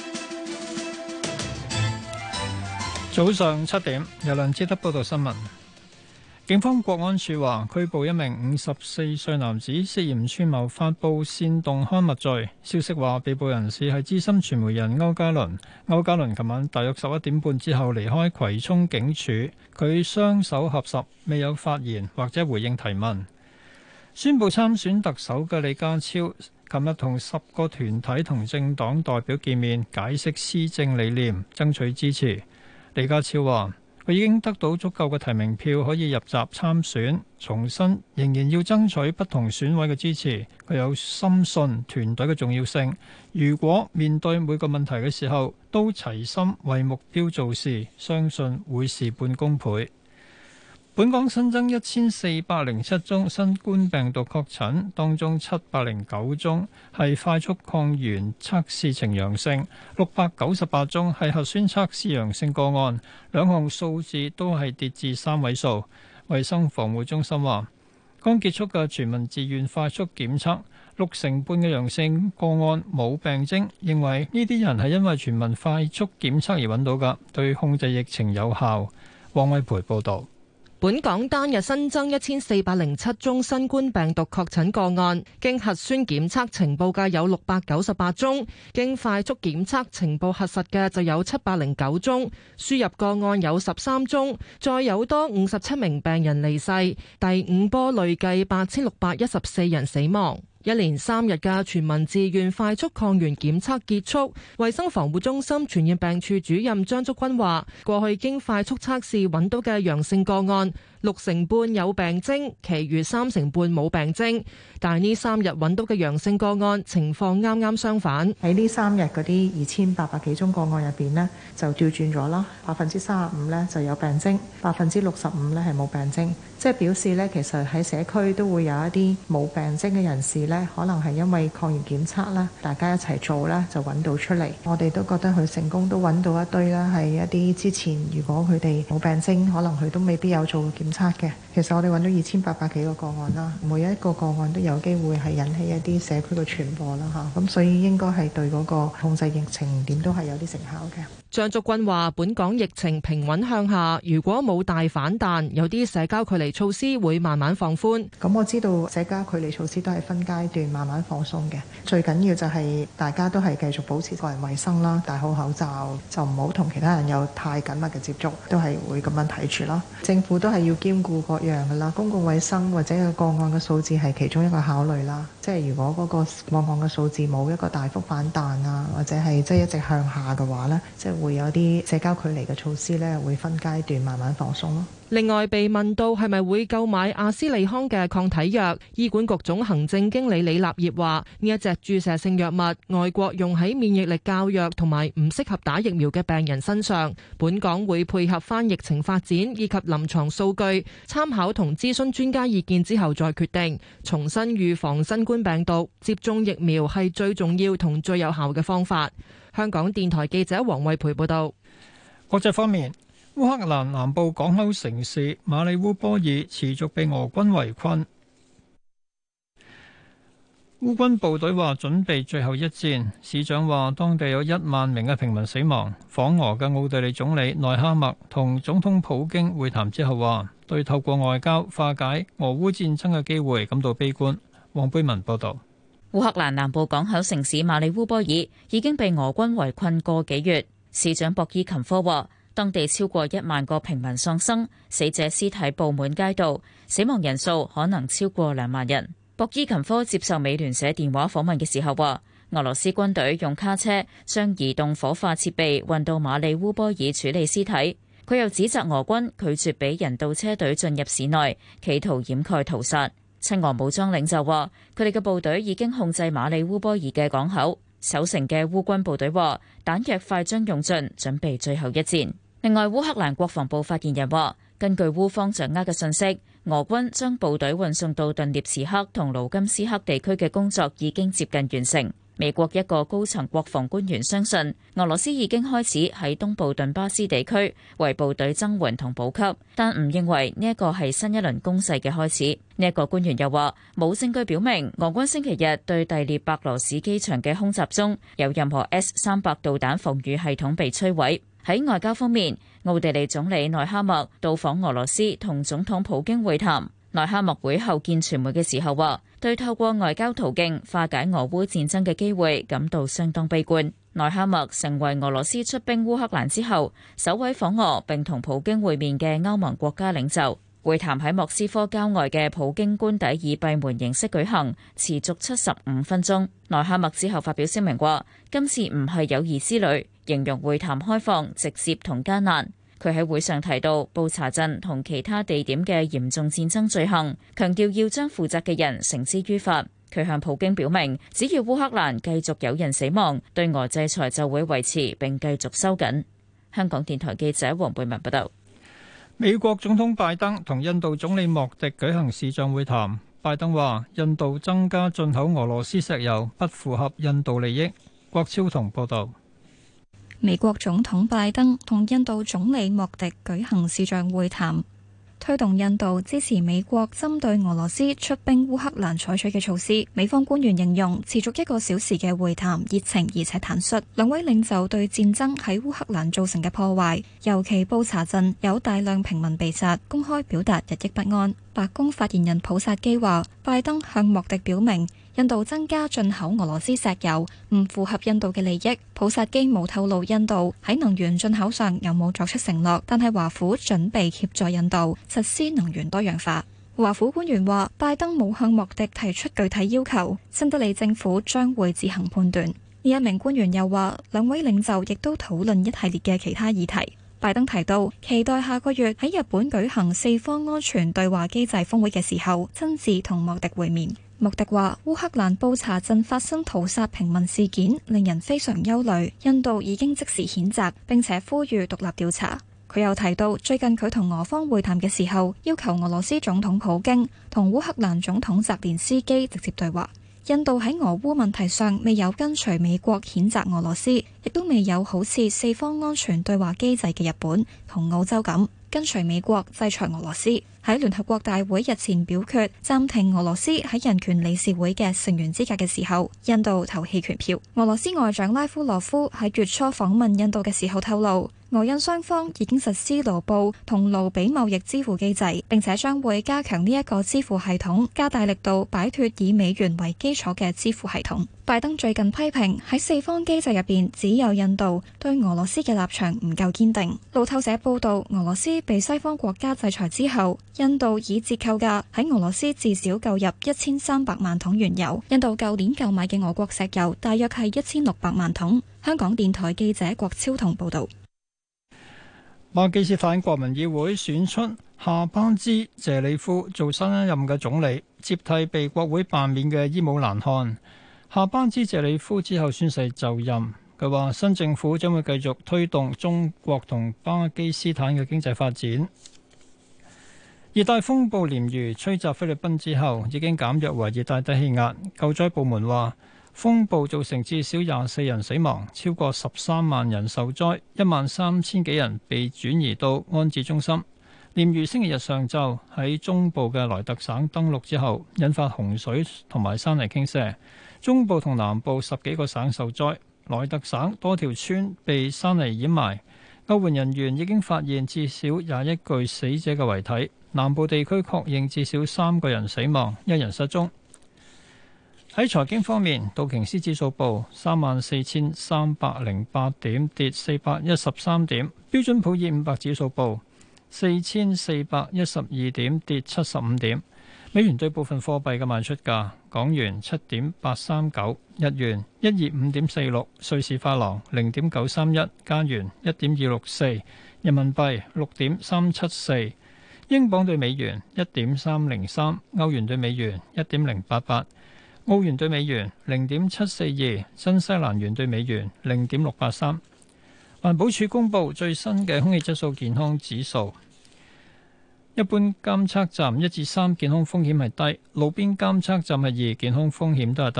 早上七點，由梁志德報道新聞。警方國安處話拘捕一名五十四歲男子，涉嫌串謀發布煽動刊物罪。消息話被捕人士係資深傳媒人歐嘉倫。歐嘉倫琴晚大約十一點半之後離開葵涌警署，佢雙手合十，未有發言或者回應提問。宣布參選特首嘅李家超，琴日同十個團體同政黨代表見面，解釋施政理念，爭取支持。李家超話：佢已經得到足夠嘅提名票，可以入閘參選。重申仍然要爭取不同選委嘅支持。佢有深信團隊嘅重要性。如果面對每個問題嘅時候都齊心為目標做事，相信會事半功倍。本港新增一千四百零七宗新冠病毒確診，當中七百零九宗係快速抗原測試呈陽性，六百九十八宗係核酸測試陽性個案，兩項數字都係跌至三位數。衛生防護中心話，剛結束嘅全民自願快速檢測，六成半嘅陽性個案冇病徵，認為呢啲人係因為全民快速檢測而揾到㗎，對控制疫情有效。黃偉培報導。 本港單日新增一千四百零七宗新冠病毒確診個案，經核酸檢測呈報嘅有六百九十八宗，經快速檢測呈報核實嘅就有七百零九宗，輸入個案有十三宗，再有多五十七名病人離世，第五波累計八千六百一十四人死亡。一連三日嘅全民自願快速抗原檢測結束，衛生防護中心傳染病處主任張竹君話：過去經快速測試揾到嘅陽性個案，六成半有病徵，其餘三成半冇病徵。但係呢三日揾到嘅陽性個案情況啱啱相反。 喺呢三日嗰啲二千八百幾宗個案入邊呢，就調轉咗啦，百分之三十五呢就有病徵，百分之六十五呢係冇病徵，即係表示呢，其實喺社區都會有一啲冇病徵嘅人士呢，可能係因為抗原檢測啦，大家一齊做啦，就揾到出嚟。我哋都覺得佢成功都揾到一堆啦，係一啲之前如果佢哋冇病徵，可能佢都未必有做檢測嘅。其實我哋揾到二千八百幾個個案啦，每一個個案都有機會係引起一啲社區嘅傳播啦嚇，咁所以應該係對嗰個控制疫情點都係有啲成效嘅。 張竹君話：本港疫情平穩向下，如果冇大反彈，有啲社交距離措施會慢慢放寬。 咁我知道社交距離措施都係分階段慢慢放鬆嘅，最緊要就係大家都係繼續保持個人衛生啦，戴好口罩，就唔好同其他人有太緊密嘅接觸，都係會咁樣睇住啦。政府都係要兼顧各樣噶啦，公共衛生或者個個案嘅數字係其中一個考慮啦。即係如果嗰個個案嘅數字冇一個大幅反彈啊，或者係即係一直向下嘅話呢，即係會有啲社交距離嘅措施呢，會分階段慢慢放鬆咯。 另外被問到係咪會購買阿斯利康嘅抗體藥，醫管局總行政經理李立業話：呢一隻注射性藥物外國用喺免疫力較弱同埋唔適合打疫苗嘅病人身上，本港會配合翻疫情發展以及臨床數據，參考同諮詢專家意見之後再決定。重新預防新冠病毒，接種疫苗係最重要同最有效嘅方法。香港電台記者黃慧培報道。 國際方面，烏克蘭南部港口城市馬里烏波爾持續被俄軍圍困。烏軍部隊話準備最後一戰，市長話當地有一萬名嘅平民死亡。訪俄嘅奧地利總理內哈默同總統普京會談之後話，對透過外交化解俄烏戰爭嘅機會感到悲觀。黃貝文報道。 烏克蘭南部港口城市馬里烏波爾已經被俄軍圍困個幾月，市長博伊琴科話當地超過一萬個平民喪生，死者屍體佈滿街道，死亡人數可能超過兩萬人。博伊琴科接受美聯社電話訪問嘅時候話，俄羅斯軍隊用卡車將移動火化設備運到馬里烏波爾處理屍體。佢又指責俄軍拒絕俾人道車隊進入市內，企圖掩蓋屠殺。親俄武裝領袖話，佢哋嘅部隊已經控制馬里烏波爾嘅港口。守城嘅烏軍部隊話，彈藥快將用盡，準備最後一戰。另外，烏克蘭國防部發言人話，根據烏方掌握嘅信息，俄軍將部隊運送到頓涅茨克同盧甘斯克地區嘅工作已經接近完成。 美國一個高層國防官員相信，俄羅斯已經開始喺東部頓巴斯地區為部隊增援同補給，但唔認為呢一個係新一輪攻勢嘅開始。呢一個官員又話，冇證據表明俄軍星期日對第聶伯羅市機場嘅空襲中有任何 S 三百導彈防禦系統被摧毀。喺外交方面，奧地利總理內哈默到訪俄羅斯同總統普京會談。內哈默會後見傳媒嘅時候話，對透過外交途徑化解俄烏戰爭嘅機會感到相當悲觀。內哈默成為俄羅斯出兵烏克蘭之後首位訪俄並同普京會面嘅歐盟國家領袖。會談喺莫斯科郊外嘅普京官邸以閉門形式舉行，持續七十五分鐘。內哈默之後發表聲明話，今次唔係友誼之旅，形容會談開放、直接同艱難。佢喺會上提到布查鎮同其他地點嘅嚴重戰爭罪行，強調要將負責嘅人繩之於法。佢向普京表明，只要烏克蘭繼續有人死亡，對俄制裁就會維持並繼續收緊。香港電台記者黃貝文報道。 美國總統拜登同印度總理莫迪舉行視像會談。拜登話，印度增加進口俄羅斯石油不符合印度利益。郭超同報道。 美國總統拜登同印度總理莫迪舉行視像會談，推動印度支持美國針對俄羅斯出兵烏克蘭採取嘅措施。美方官員形容持續一個小時嘅會談熱情而且坦率，兩位領袖對戰爭喺烏克蘭造成嘅破壞，尤其布查鎮有大量平民被殺，公開表達日益不安。白宮發言人普薩基話，拜登向莫迪表明，印度增加進口俄羅斯石油唔符合印度嘅利益。普薩基冇透露印度喺能源進口上有冇作出承諾，但係華府準備協助印度實施能源多樣化。華府官員話，拜登冇向莫迪提出具體要求，新德里政府將會自行判斷。呢一名官員又話，兩位領袖亦都討論一系列嘅其他議題。拜登提到，期待下個月喺日本舉行四方安全對話機制峰會嘅時候，親自同莫迪會面。莫迪話，烏克蘭布查鎮發生屠殺平民事件，令人非常憂慮。印度已經即時譴責，並且呼籲獨立調查。佢又提到，最近佢同俄方會談嘅時候，要求俄羅斯總統普京同烏克蘭總統澤連斯基直接對話。印度喺俄烏問題上未有跟隨美國譴責俄羅斯，亦都未有好似四方安全對話機制嘅日本同澳洲咁跟隨美國制裁俄羅斯。喺聯合國大會日前表決暫停俄羅斯喺人權理事會嘅成員資格嘅時候，印度投棄權票。俄羅斯外長拉夫羅夫喺月初訪問印度嘅時候透露，俄印雙方已經實施盧布同盧比貿易支付機制，並且將會加強呢一個支付系統，加大力度擺脫以美元為基礎嘅支付系統。拜登最近批評喺四方機制入邊，只有印度對俄羅斯嘅立場唔夠堅定。路透社報道，俄羅斯被西方國家制裁之後，印度以折扣價喺俄羅斯至少購入一千三百萬桶原油。印度舊年購買嘅俄國石油大約係一千六百萬桶。香港電台記者郭超同報道。 巴基斯坦國民議會選出夏巴茲謝里夫做新一任嘅總理，接替被國會罷免嘅伊姆蘭汗。夏巴茲謝里夫之後宣誓就任，佢話新政府將會繼續推動中國同巴基斯坦嘅經濟發展。熱帶風暴鮎魚吹襲菲律賓之後，已經減弱為熱帶低氣壓。救災部門話，風暴造成至少廿四人死亡，超過十三萬人受災，一萬三千幾人被轉移到安置中心。鮎魚星期日上晝喺中部嘅萊特省登陸之後，引發洪水同埋山泥傾瀉，中部同南部十幾個省受災，萊特省多條村被山泥掩埋。救援人員已經發現至少廿一具死者嘅遺體，南部地區確認至少三個人死亡，一人失蹤。喺財經方面，道瓊斯指數報三萬四千三百零八點，跌四百一十三點；標準普爾五百指數報四千四百一十二點，跌七十五點。美元對部分貨幣嘅賣出價：港元七點八三九，日元一二五點四六，瑞士法郎零點九三一，加元一點二六四，人民幣六點三七四，英鎊對美元一點三零三，歐元對美元一點零八八。澳元對美元零點七四二，新西蘭元對美元零點六八三。環保署公布最新嘅空氣質素健康指數，一般監測站一至三健康風險係低，路邊監測站係二健康風險都係低。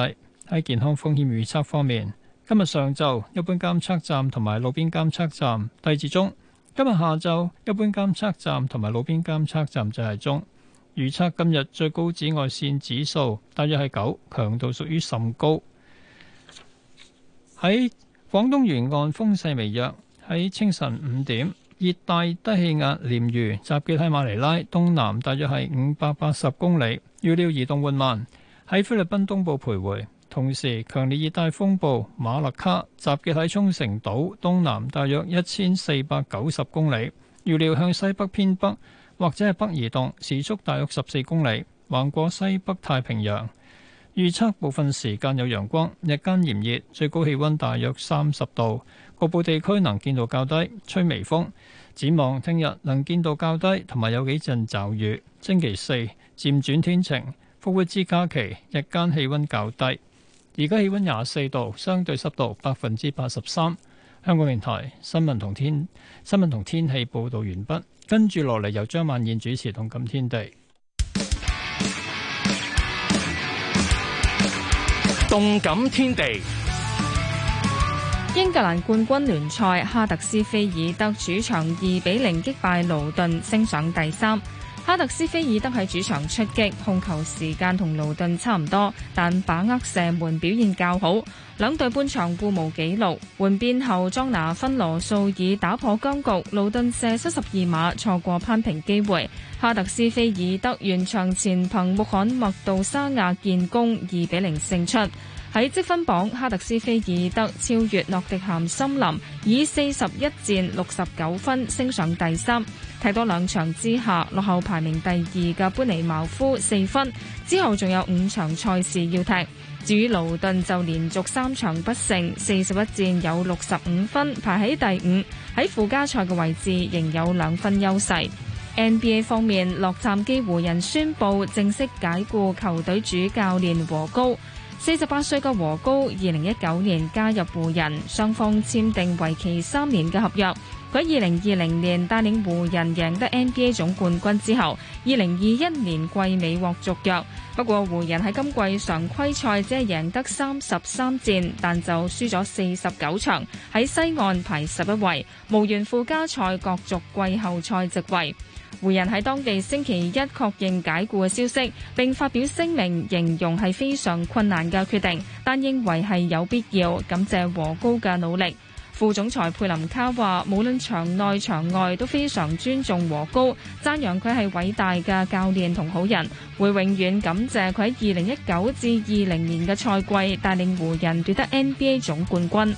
喺健康風險預測方面，今日上晝一般監測站同埋路邊監測站低至中，今日下晝一般監測站同埋路邊監測站就係中。預測今日最高紫外線指數大約係九，強度屬於甚高。喺廣東沿岸風勢微弱，喺清晨五點，熱帶低氣壓鯰魚集結喺馬尼拉東南，大約係五百八十公里，預料移動緩慢，喺菲律賓東部徘徊。同時，強烈熱帶風暴馬勒卡集結喺沖繩島東南，大約一千四百九十公里，預料向西北偏北或者係北移動，時速大約十四公里，橫過西北太平洋。預測部分時間有陽光，日間炎熱，最高氣溫大約三十度，局部地區能見度較低，吹微風。展望聽日能見度較低，同埋有幾陣驟雨。星期四漸轉天晴，復活節假期日間氣溫較低。而家氣溫廿四度，相對濕度百分之八十三。香港電台新聞同天新聞同天氣報導完畢，跟住落嚟由張曼燕主持《動感天地》。 動感天地， 英格蘭冠軍聯賽，哈特斯菲爾德主場二比零擊敗盧頓，升上第三。哈特斯菲爾德喺主場出擊，控球時間同盧頓差唔多，但把握射門表現較好。兩隊半場互無紀錄，換邊後莊拿芬羅素以打破僵局，盧頓射失十二碼，錯過攀平機會。哈特斯菲爾德完場前憑穆罕默杜沙亞建功，二比零勝出。喺積分榜，哈特斯菲爾德超越諾迪咸森林，以四十一戰六十九分升上第三。踢多兩場之下，落後排名第二嘅班尼茅夫四分，之後仲有五場賽事要踢。至於盧頓就連續三場不勝，四十一戰有六十五分，排喺第五，喺附加賽嘅位置仍有兩分優勢。N B A 方面，洛杉磯湖人宣布正式解雇球隊主教練和高。四十八歲嘅和高，二零一九年加入湖人，雙方簽訂為期三年嘅合約。佢二零二零年帶領湖人贏得 N B A 總冠軍之後，二零二一年季尾獲續約。不過湖人喺今季常規賽只係贏得三十三戰，但就輸咗四十九場，喺西岸排十一位，無緣附加賽角逐季後賽席位。湖人喺當地星期一確認解雇嘅消息，並發表聲明，形容係非常困難嘅決定，但認為係有必要，感謝和高嘅努力。副總裁佩林卡話，無論場內場外都非常尊重和高，讚揚佢係偉大嘅教練同好人，會永遠感謝佢喺二零一九至二零年嘅賽季帶領湖人奪得 N B A 總冠軍。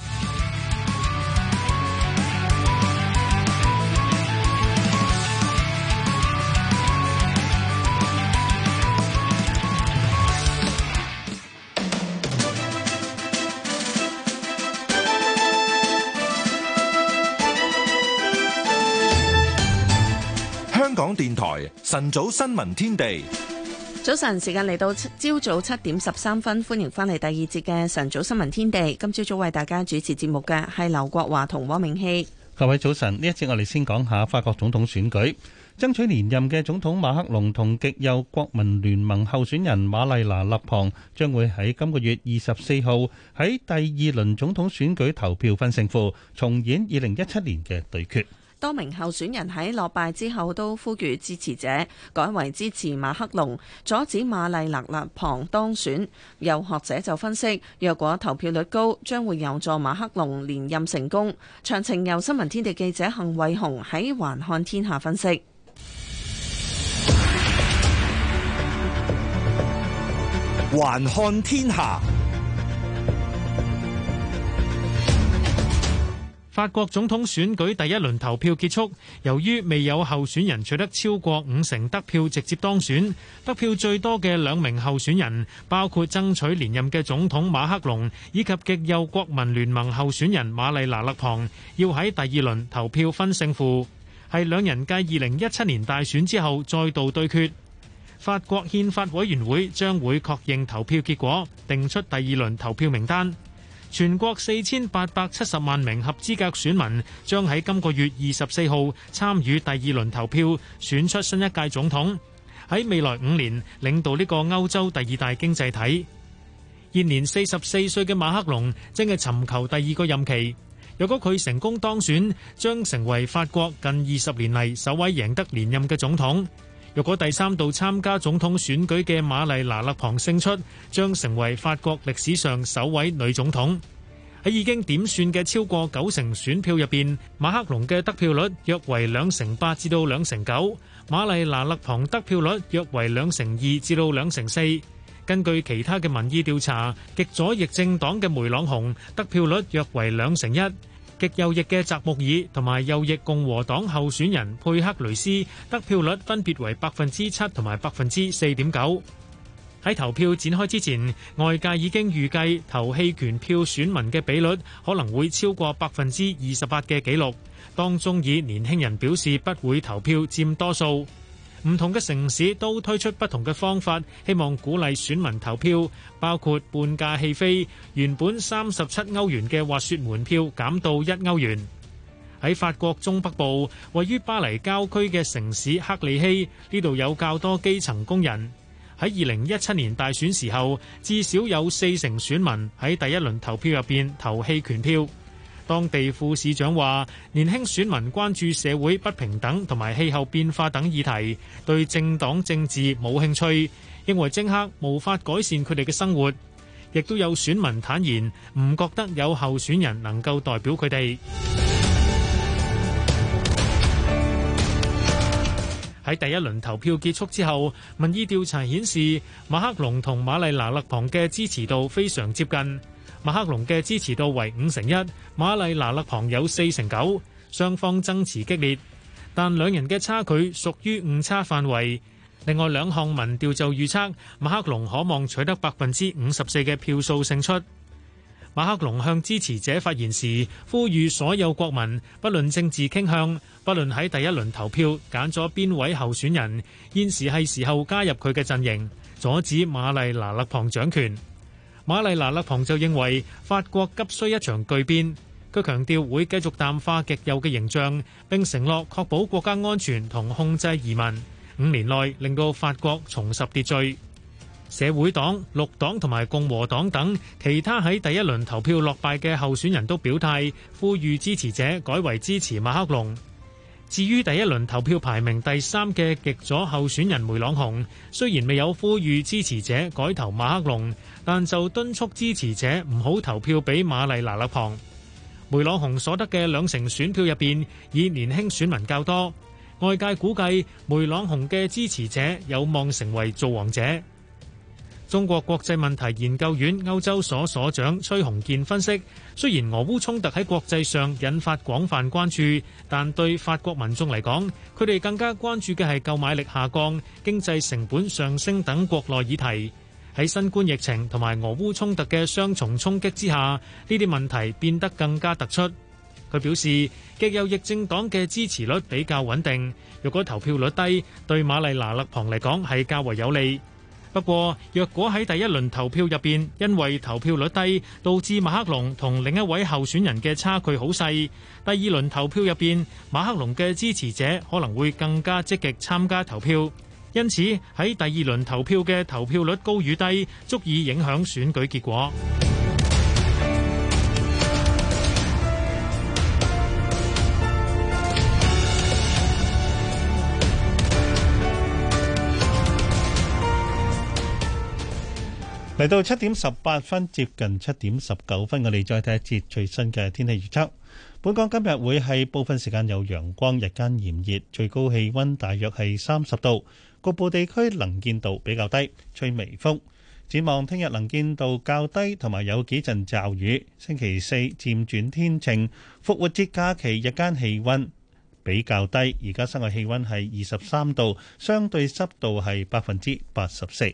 香港電台晨早新聞天地， 早晨時間嚟到朝早七點十三分，歡迎翻嚟第二節嘅晨早新聞天地。今朝早為大家主持節目嘅係劉國華同汪明熙。 各位早晨，呢一節我哋先講下法國總統選舉，爭取連任嘅總統馬克龍同極右國民聯盟候選人瑪麗娜勒龐將會喺今個月二十四號喺第二輪總統選舉投票分勝負，重演二零一七年嘅對決。 多名候選人喺落敗之後都呼籲支持者改為支持馬克龍，阻止瑪麗娜勒龐當選。有學者就分析，若果投票率高，將會有助馬克龍連任成功。詳情由新聞天地記者幸偉雄喺環看天下分析。 環看天下。 法國總統選舉第一輪投票結束，由於未有候選人取得超過五成得票直接當選，得票最多嘅兩名候選人，包括爭取連任嘅總統馬克龍以及極右國民聯盟候選人瑪麗娜勒龐，要喺第二輪投票分勝負，係兩人繼二零一七年大選之後再度對決。法國憲法委員會將會確認投票結果，定出第二輪投票名單。全國四千八百七十萬名合資格選民將喺今個月二十四號參與第二輪投票，選出新一屆總統，喺未來五年領導呢個歐洲第二大經濟體。 現年四十四歲嘅馬克龍正係尋求第二個任期。若果佢成功當選，將成為法國近二十年嚟首位贏得連任嘅總統。若果第三度參加總統選舉嘅瑪麗娜勒龐勝出，將成為法國歷史上首位女總統。喺已經點算嘅超過九成選票入邊，馬克龍嘅得票率約為兩成八至到兩成九，瑪麗娜勒龐得票率約為兩成二至到兩成四。根據其他嘅民意調查，極左翼政黨嘅梅朗雄得票率約為兩成一，極右翼嘅澤穆爾同埋右翼共和黨候選人佩克雷斯得票率分別為百分之七同埋百分之四點九。喺投票展開之前，外界已經預計投棄權票選民嘅比率可能會超過百分之二十八嘅紀錄，當中以年輕人表示不會投票佔多數。唔同嘅城市都推出不同嘅方法，希望鼓勵選民投票，包括半價戲飛，原本三十七歐元嘅滑雪門票減到一歐元。喺法國中北部，位於巴黎郊區嘅城市克里希，呢度有較多基層工人。喺二零一七年大選時候，至少有四成選民喺第一輪投票入邊投棄權票。當地副市長話，年輕選民關注社會不平等同埋氣候變化等議題，對政黨政治冇興趣，認為政客無法改善佢哋嘅生活。亦都有選民坦言，唔覺得有候選人能夠代表佢哋。喺第一輪投票結束之後，民意調查顯示馬克龍同瑪麗娜勒龐嘅支持度非常接近。馬克龍嘅支持度為五成一，瑪麗娜勒龐有四成九，雙方爭持激烈，但兩人嘅差距屬於誤差範圍。另外兩項民調就預測馬克龍可望取得百分之五十四嘅票數勝出。馬克龍向支持者發言時，呼籲所有國民，不論政治傾向，不論喺第一輪投票揀咗邊位候選人，現時係時候加入佢嘅陣營，阻止瑪麗娜勒龐掌權。瑪麗娜勒龐就認為法國急需一場巨變，佢強調會繼續淡化極右嘅形象，並承諾確保國家安全同控制移民，五年內令到法國重拾秩序。社會黨、綠黨同埋共和黨等其他喺第一輪投票落敗嘅候選人都表態，呼籲支持者改為支持馬克龍。至於第一輪投票排名第三嘅極左候選人梅朗雄，雖然未有呼籲支持者改投馬克龍，但就敦促支持者唔好投票俾瑪麗娜勒龐。梅朗雄所得嘅兩成選票入邊，以年輕選民較多。外界估計梅朗雄嘅支持者有望成為造王者。中國國際問題研究院歐洲所所長崔洪健分析，雖然俄烏衝突喺國際上引發廣泛關注，但對法國民眾嚟講，佢哋更加關注嘅係購買力下降、經濟成本上升等國內議題。喺新冠疫情同埋俄烏衝突嘅雙重衝擊之下，呢啲問題變得更加突出。佢表示，極右翼政黨嘅支持率比較穩定，若果投票率低，對瑪麗娜勒龐嚟講係較為有利。不過，若果喺第一輪投票入邊，因為投票率低，導致馬克龍同另一位候選人嘅差距好細，第二輪投票入邊，馬克龍嘅支持者可能會更加積極參加投票。因此，喺第二輪投票嘅投票率高與低，足以影響選舉結果。 嚟到七點十八分，接近七點十九分，我哋再睇一節最新嘅天氣預測。本港今日會係部分時間有陽光，日間炎熱，最高氣溫大約係三十度，局部地區能見度比較低，吹微風。展望聽日能見度較低，同埋有幾陣驟雨。星期四漸轉天晴，復活節假期日間氣溫比較低。而家室外氣溫係二十三度，相對濕度係百分之八十四。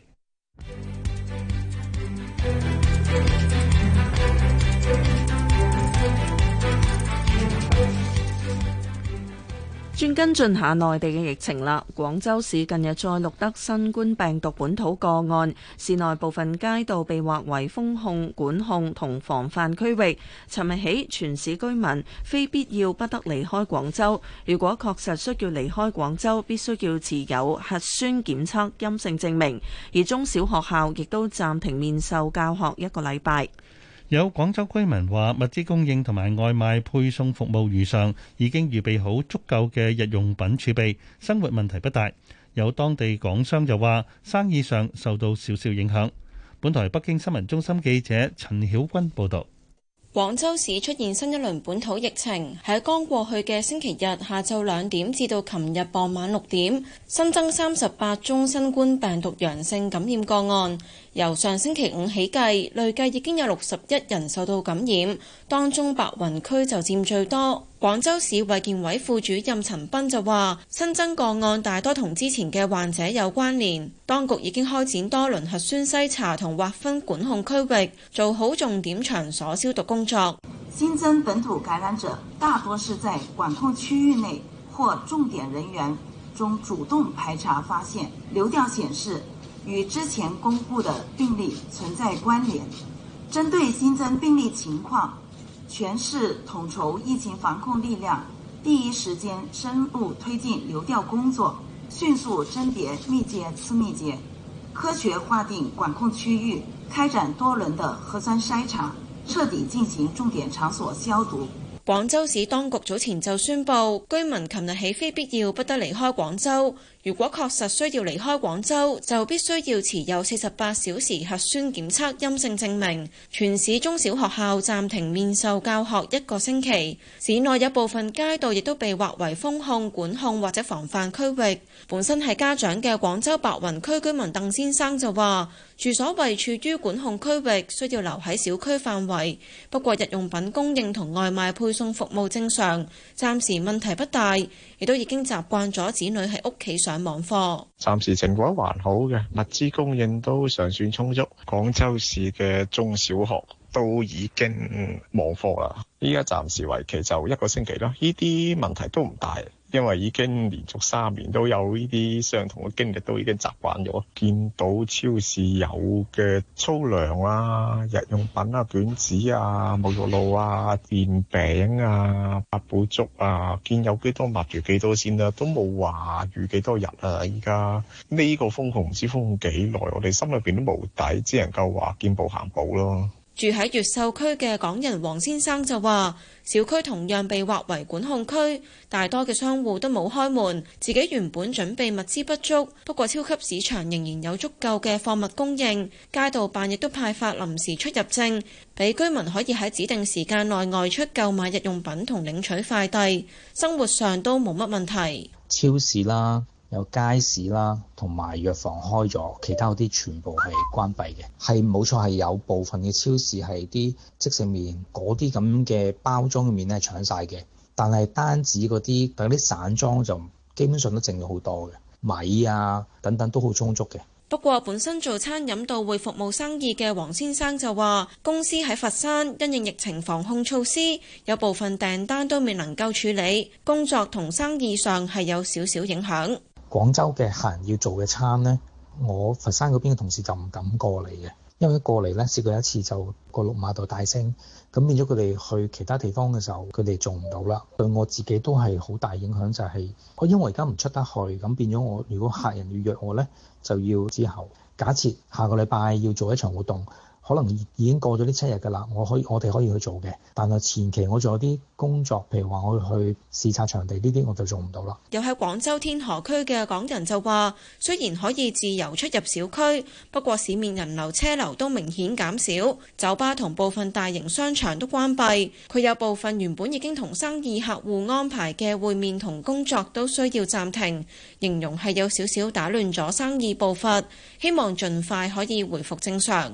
轉跟進下內地嘅疫情啦。廣州市近日再錄得新冠病毒本土個案，市內部分街道被劃為封控、管控同防範區域。尋日起，全市居民非必要不得離開廣州。如果確實需要離開廣州，必須要持有核酸檢測陰性證明。而中小學校亦都暫停面授教學一個禮拜。 有廣州居民話，物資供應同埋外賣配送服務如常，已經預備好足夠嘅日用品儲備，生活問題不大。有當地港商就話，生意上受到少少影響。本台北京新聞中心記者陳曉君報導。 廣州市出現新一輪本土疫情，喺剛過去嘅星期日下晝兩點至到琴日傍晚六點，新增三十八宗新冠病毒陽性感染個案。由上星期五起計，累計已經有六十一人受到感染，當中白雲區就佔最多。廣州市衛健委副主任陳斌就話，新增個案大多同之前嘅患者有關聯，當局已經開展多輪核酸篩查同劃分管控區域，做好重點場所消毒工作。 新增本土感染者大多是在管控區域內或重點人員中主動排查發現，流調顯示與之前公布的病例存在關聯。針對新增病例情況，全市統籌疫情防控力量，第一時間深入推進流調工作，迅速甄別密接、次密接，科學劃定管控區域，開展多輪的核酸篩查，徹底進行重點場所消毒。 廣州市當局早前就宣布，居民琴日起非必要不得離開廣州。如果確實需要離開廣州，就必須要持有四十八小時核酸檢測陰性證明。全市中小學校暫停面授教學一個星期。市內有部分街道亦都被劃為封控、管控或者防範區域。本身係家長嘅廣州白雲區居民鄧先生就話，住所位處於管控區域，需要留喺小區範圍。不過日用品供應同外賣配送服務正常，暫時問題不大，亦都已經習慣咗子女喺屋企上網課。 暫時情況還好嘅，物資供應都尚算充足。廣州市嘅中小學都已經網課啦，依家暫時為期就一個星期啦。呢啲問題都唔大，因為已經連續三年都有呢啲相同嘅經歷，都已經習慣咗。見到超市有嘅粗糧啊、日用品啊、卷紙啊、沐浴露啊、電餅啊、八寶粥啊，見有幾多抹住幾多先啦，都冇話預幾多日啊。依家呢個封控唔知封幾耐，我哋心裏邊都冇底，只能夠話見步行步咯。 住喺越秀區嘅港人黃先生就話，小區同樣被劃為管控區，大多嘅商戶都冇開門，自己原本準備物資不足，不過超級市場仍然有足夠嘅貨物供應，街道辦亦都派發臨時出入證，俾居民可以喺指定時間內外出購買日用品同領取快遞，生活上都冇乜問題。 超市啦，有街市啦，同埋藥房開咗，其他嗰啲全部係關閉嘅。係冇錯，係有部分嘅超市係啲即食麵嗰啲咁嘅包裝嘅麵咧搶晒嘅，但係單止嗰啲等啲散裝就基本上都剩咗好多嘅，米啊等等都好充足嘅。 不過本身做餐飲到會服務生意嘅黃先生就話，公司喺佛山因應疫情防控措施，有部分訂單都未能夠處理，工作同生意上係有少少影響。 廣州嘅客人要做嘅餐呢，我佛山嗰邊嘅同事就唔敢過嚟嘅，因為一過嚟呢，試過一次就個綠碼度大聲，咁變咗佢哋去其他地方嘅時候，佢哋做唔到啦。對我自己都係好大影響，就係我因為而家唔出得去，咁變咗我如果客人要約我呢，就要之後假設下個禮拜要做一場活動。可能已經過咗呢七日㗎啦，我可以我哋可以去做嘅，但係前期我仲有啲工作，譬如話我去視察場地呢啲，我就做唔到啦。 有喺廣州天河區嘅港人就話，雖然可以自由出入小區，不過市面人流車流都明顯減少，酒吧同部分大型商場都關閉。佢有部分原本已經同生意客戶安排嘅會面同工作都需要暫停，形容係有少少打亂咗生意步伐，希望盡快可以回復正常。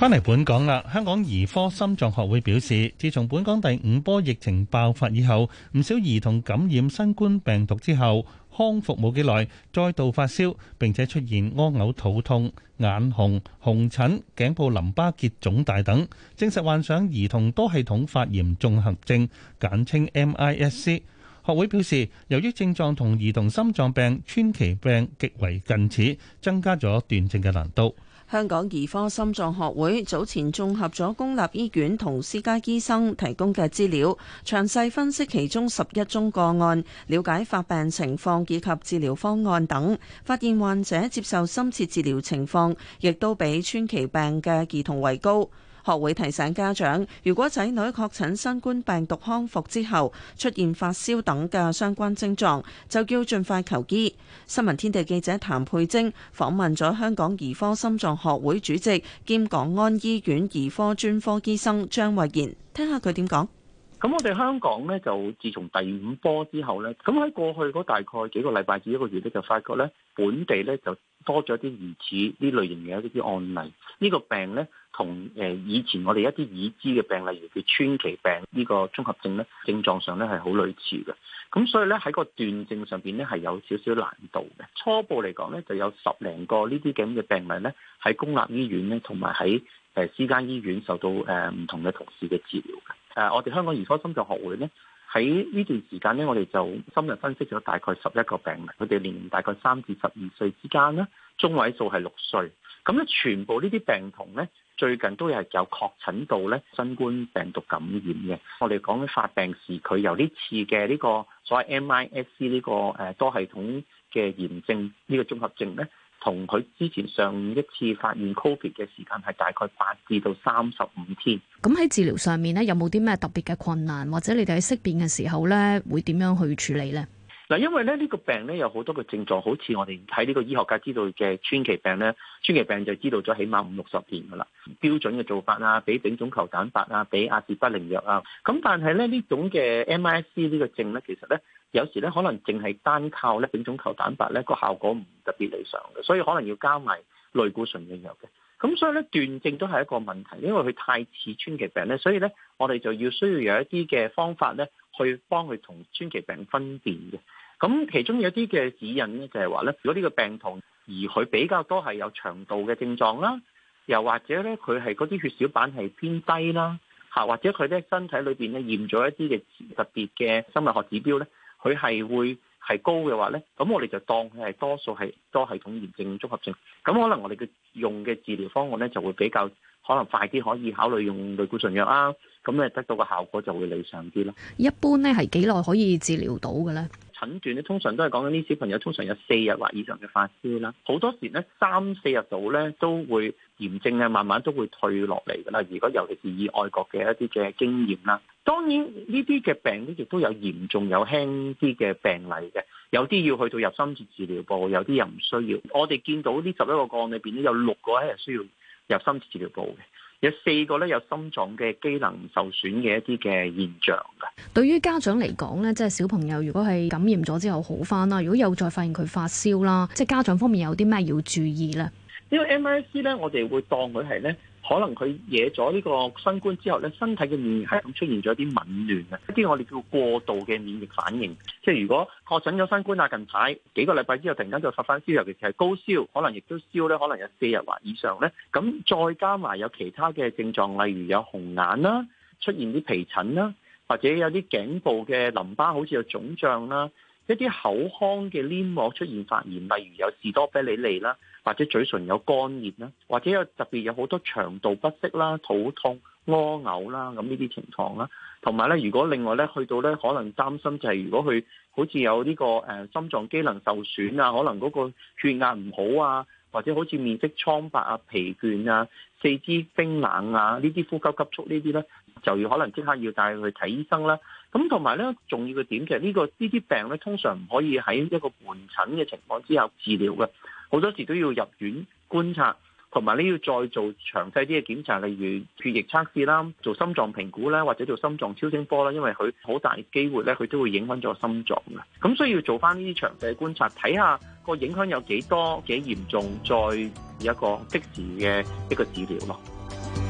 翻嚟本港啦，香港兒科心臟學會表示，自從本港第五波疫情爆發以後，唔少兒童感染新冠病毒之後康復冇幾耐，再度發燒，並且出現屙嘔、肚痛、眼紅、紅疹、頸部淋巴結腫大等，證實患上兒童多系統發炎綜合症，簡稱 M I S C。學會表示，由於症狀同兒童心臟病、川崎病極為近似，增加咗斷症嘅難度。 香港兒科心臟學會早前綜合咗公立醫院同私家醫生提供嘅資料，詳細分析其中十一宗個案，了解發病情況以及治療方案等，發現患者接受深切治療情況亦都比川崎病嘅兒童為高。學會提醒家長，如果仔女確診新冠病毒康復之後出現發燒等嘅相關症狀，就要盡快求醫。新聞天地記者譚佩晶訪問咗香港兒科心臟學會主席兼港安醫院兒科專科醫生張慧賢，聽下佢點講。 咁我哋香港咧就自從第五波之後咧，咁喺過去嗰大概幾個禮拜至一個月咧，就發覺咧本地咧就多咗啲疑似呢類型嘅一啲案例。呢個病咧同誒以前我哋一啲已知嘅病，例如叫川崎病呢個綜合症咧，症狀上咧係好類似嘅。咁所以咧喺個斷症上邊咧係有少少難度嘅。初步嚟講咧就有十零個呢啲咁嘅病例咧喺公立醫院咧同埋喺誒私家醫院受到誒唔同嘅同事嘅治療嘅。誒，我哋香港兒科心臟學會咧喺呢段時間咧，我哋就深入分析咗大概十一個病例，佢哋年齡大概三至十二歲之間啦，中位數係六歲。咁咧，全部呢啲病童咧，最近都係有確診到咧新冠病毒感染嘅。我哋講緊發病時，佢由呢次嘅呢個所謂 M I S C 呢個誒多系統嘅炎症呢個綜合症咧，同佢之前上一次發現 Covid 嘅時間係大概八至到三十五天。 咁喺治療上面咧，有冇啲咩特別嘅困難，或者你哋喺識別嘅時候咧，會點樣去處理咧？ 嗱，因為咧呢個病咧有好多個症狀，好似我哋喺呢個醫學界知道嘅川崎病咧，川崎病就知道咗起碼五六十年噶啦。標準嘅做法啊，俾丙種球蛋白啊，俾阿士不靈藥啊。咁但係咧呢種嘅 M I S C 呢個症咧，其實咧有時咧可能淨係單靠咧丙種球蛋白咧個效果唔特別理想嘅，所以可能要加埋類固醇嘅藥嘅。咁所以咧斷症都係一個問題，因為佢太似川崎病咧，所以咧我哋就要需要有一啲嘅方法咧，去幫佢同川崎病分辨嘅。咁其中有啲嘅指引咧，就係話咧，如果呢個病童而佢比較多係有腸道嘅症狀啦，又或者咧佢係嗰啲血小板係偏低啦，嚇或者佢咧身體裏邊咧驗咗一啲嘅特別嘅生物學指標咧，佢係會係高嘅話咧，咁我哋就當佢係多數係多系統炎症綜合症。咁可能我哋嘅用嘅治療方案咧就會比較可能快啲，可以考慮用類固醇藥啊，咁咧得到個效果就會理想啲咯。 一般咧係幾耐可以治療到嘅咧？ 診斷咧通常都係講緊啲小朋友通常有四日或以上嘅發燒啦，好多時咧三四日度咧都會炎症啊慢慢都會退落嚟㗎啦。如果尤其是以外國嘅一啲嘅經驗啦，當然呢啲嘅病咧亦都有嚴重有輕啲嘅病例嘅，有啲要去到入深切治療部，有啲又唔需要。我哋見到呢十一個個案裏邊咧，有六個係需要入深切治療部嘅。有四個咧有心臟嘅機能受損嘅一啲嘅現象嘅。 對於家長嚟講咧，即係小朋友如果係感染咗之後好返啦，如果有再發現佢發燒啦，即係家長方面有啲咩要注意咧？ 呢個 M I S C 咧，我哋會當佢係咧，可能佢惹咗呢個新冠之後咧，身體嘅免疫系統出現咗一啲紊亂啊，一啲我哋叫過度嘅免疫反應。即係如果確診咗新冠啊，近排幾個禮拜之後突然間就發翻燒，尤其是係高燒，可能亦都燒咧，可能有四日或以上咧。咁再加埋有其他嘅症狀，例如有紅眼啦，出現啲皮疹啦，或者有啲頸部嘅淋巴好似有腫脹啦，一啲口腔嘅黏膜出現發炎，例如有士多啤梨脷啦，或者嘴唇有乾熱啦，或者有特別有好多腸道不適啦、肚痛、屙嘔啦，咁呢啲情況啦。同埋咧，如果另外咧去到咧，可能擔心就係如果佢好似有呢個誒心臟機能受損啊，可能嗰個血壓唔好啊，或者好似面色蒼白啊、疲倦啊、四肢冰冷啊，呢啲呼吸急促呢啲咧，就要可能即刻要帶佢去睇醫生啦。咁同埋咧，重要嘅點就係呢個呢啲病咧，通常唔可以喺一個門診嘅情況之下治療嘅，好多時都要入院觀察，同埋呢要再做詳細啲嘅檢查，例如血液測試啦、做心臟評估啦，或者做心臟超聲波啦，因為佢好大機會咧，佢都會影響咗心臟嘅。咁所以要做翻呢啲詳細嘅觀察，睇下個影響有幾多、幾嚴重，再有一個即時嘅一個治療咯。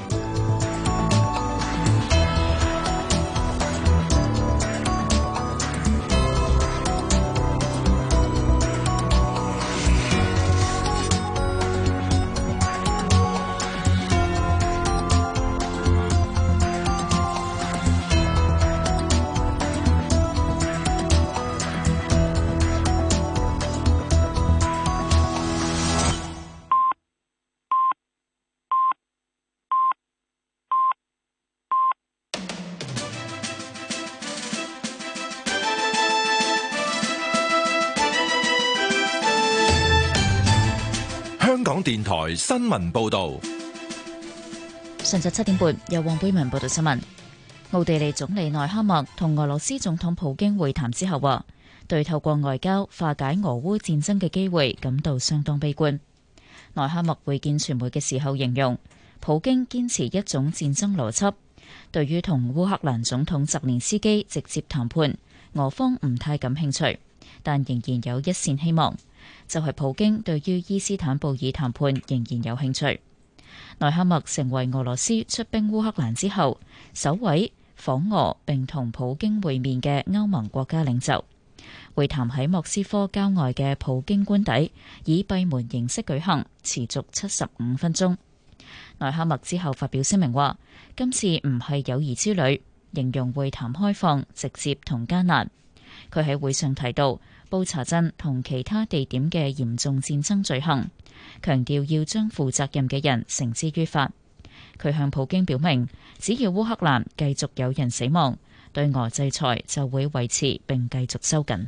電台新聞報道。 上晝七點半，由黃貝文報道新聞。奧地利總理內哈默同俄羅斯總統普京會談之後話，對透過外交化解俄烏戰爭嘅機會感到相當悲觀。內哈默會見傳媒嘅時候形容，普京堅持一種戰爭邏輯，對於同烏克蘭總統澤連斯基直接談判，俄方唔太感興趣，但仍然有一線希望，就係普京對於伊斯坦布爾談判仍然有興趣。內哈默成為俄羅斯出兵烏克蘭之後首位訪俄並同普京會面嘅歐盟國家領袖。會談喺莫斯科郊外嘅普京官邸以閉門形式舉行，持續七十五分鐘。內哈默之後發表聲明話，今次唔係友誼之旅，形容會談開放、直接同艱難。佢喺會上提到布查鎮同其他地點嘅嚴重戰爭罪行，強調要將負責任嘅人繩之於法。佢向普京表明，只要烏克蘭繼續有人死亡，對俄制裁就會維持並繼續收緊。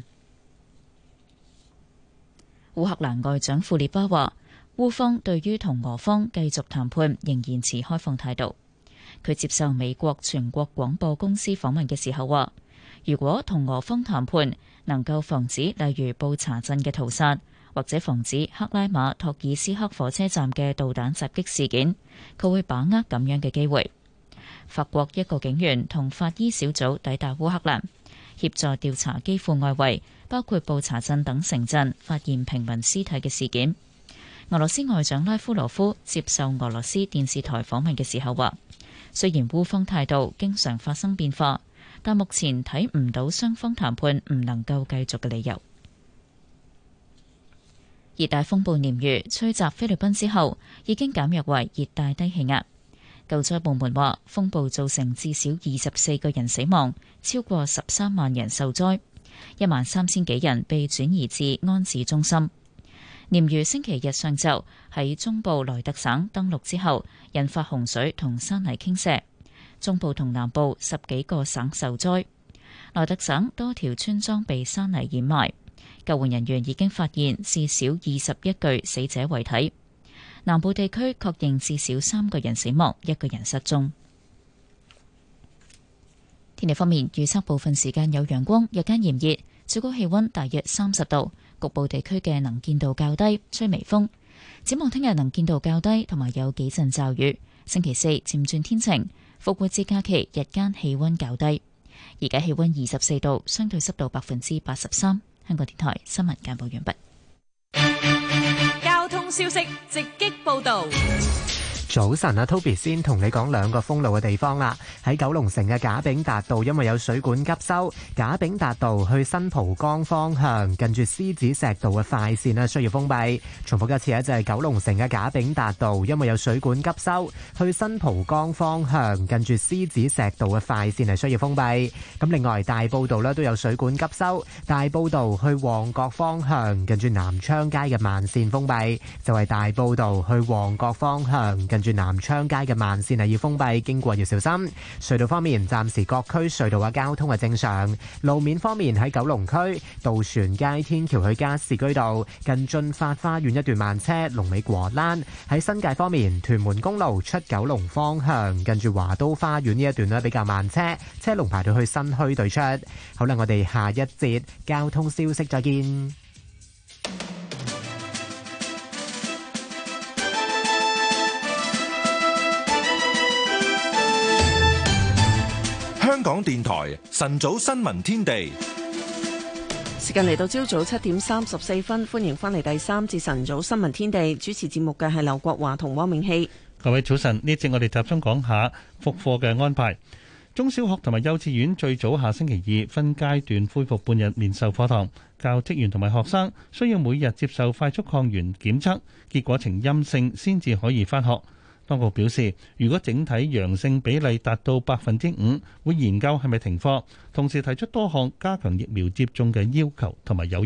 烏克蘭外長庫列巴話，烏方對於同俄方繼續談判仍然持開放態度。佢接受美國全國廣播公司訪問嘅時候話，如果同俄方談判能夠防止例如布查鎮嘅屠殺，或者防止克拉馬托爾斯克火車站嘅導彈襲擊事件，佢會把握咁樣嘅機會。法國一個警員同法醫小組抵達烏克蘭，協助調查基輔外圍，包括布查鎮等城鎮發現平民屍體嘅事件。俄羅斯外長拉夫羅夫接受俄羅斯電視台訪問嘅時候話，雖然烏方態度經常發生變化，但目前睇唔到雙方談判唔能夠繼續嘅理由。熱帶風暴鯰魚吹襲菲律賓之後，已經減弱為熱帶低氣壓。救災部門話，風暴造成至少二十四個人死亡，超過十三萬人受災，一萬三千幾人被轉移至安置中心。鯰魚星期日上晝喺中部萊特省登陸之後，引發洪水同山泥傾瀉，中部同南部十幾個省受災。萊特省多條村莊被山泥掩埋。救援人員已經發現至少二十一具死者遺體。南部地區確認至少三個人死亡，一個人失蹤。天氣方面，預測部分時間有陽光，日間炎熱，最高氣溫大約三十度，局部地區嘅能見度較低，吹微風。展望聽日能見度較低，同埋有幾陣驟雨。星期四漸轉天晴，復活節假期日間氣溫較低。而家氣溫二十四度，相對濕度百分之八十三。香港電台新聞簡報完畢。 交通消息直擊報道。 早晨啊 ，Toby 先同你講兩個封路嘅地方啦。喺九龍城嘅賈炳達道，因為有水管急修，賈炳達道去新蒲崗方向，近住獅子石道嘅快線咧需要封閉。重複一次啊，就係九龍城嘅賈炳達道，因為有水管急修，去新蒲崗方向，近住獅子石道嘅快線係需要封閉。咁另外大埔道咧都有水管急修，大埔道去旺角方向，近住南昌街嘅慢線封閉，就係大埔道去旺角方向，近住南昌街嘅慢線係要封閉，經過要小心。隧道方面，暫時各區隧道嘅交通係正常。路面方面，喺九龍區渡船街天橋去加士居道近駿發花園一段慢車，龍尾果欄。喺新界方面，屯門公路出九龍方向近住華都花園呢一段咧比較慢車，車龍排到去新墟對出。好啦，我哋下一節交通消息再見。 香港電台晨早新聞天地， 時間嚟到朝早七點三十四分，歡迎翻嚟第三節晨早新聞天地。主持節目嘅係劉國華同汪明熙。 各位早晨，呢節我哋集中講下復課嘅安排。中小學同埋幼稚園最早下星期二分階段恢復半日面授課堂，教職員同埋學生需要每日接受快速抗原檢測，結果呈陰性先至可以返學。當局表示，如果整體陽性比例達到百分之五，會研究係咪停課，同時提出多項加強疫苗接種嘅要求同埋誘因。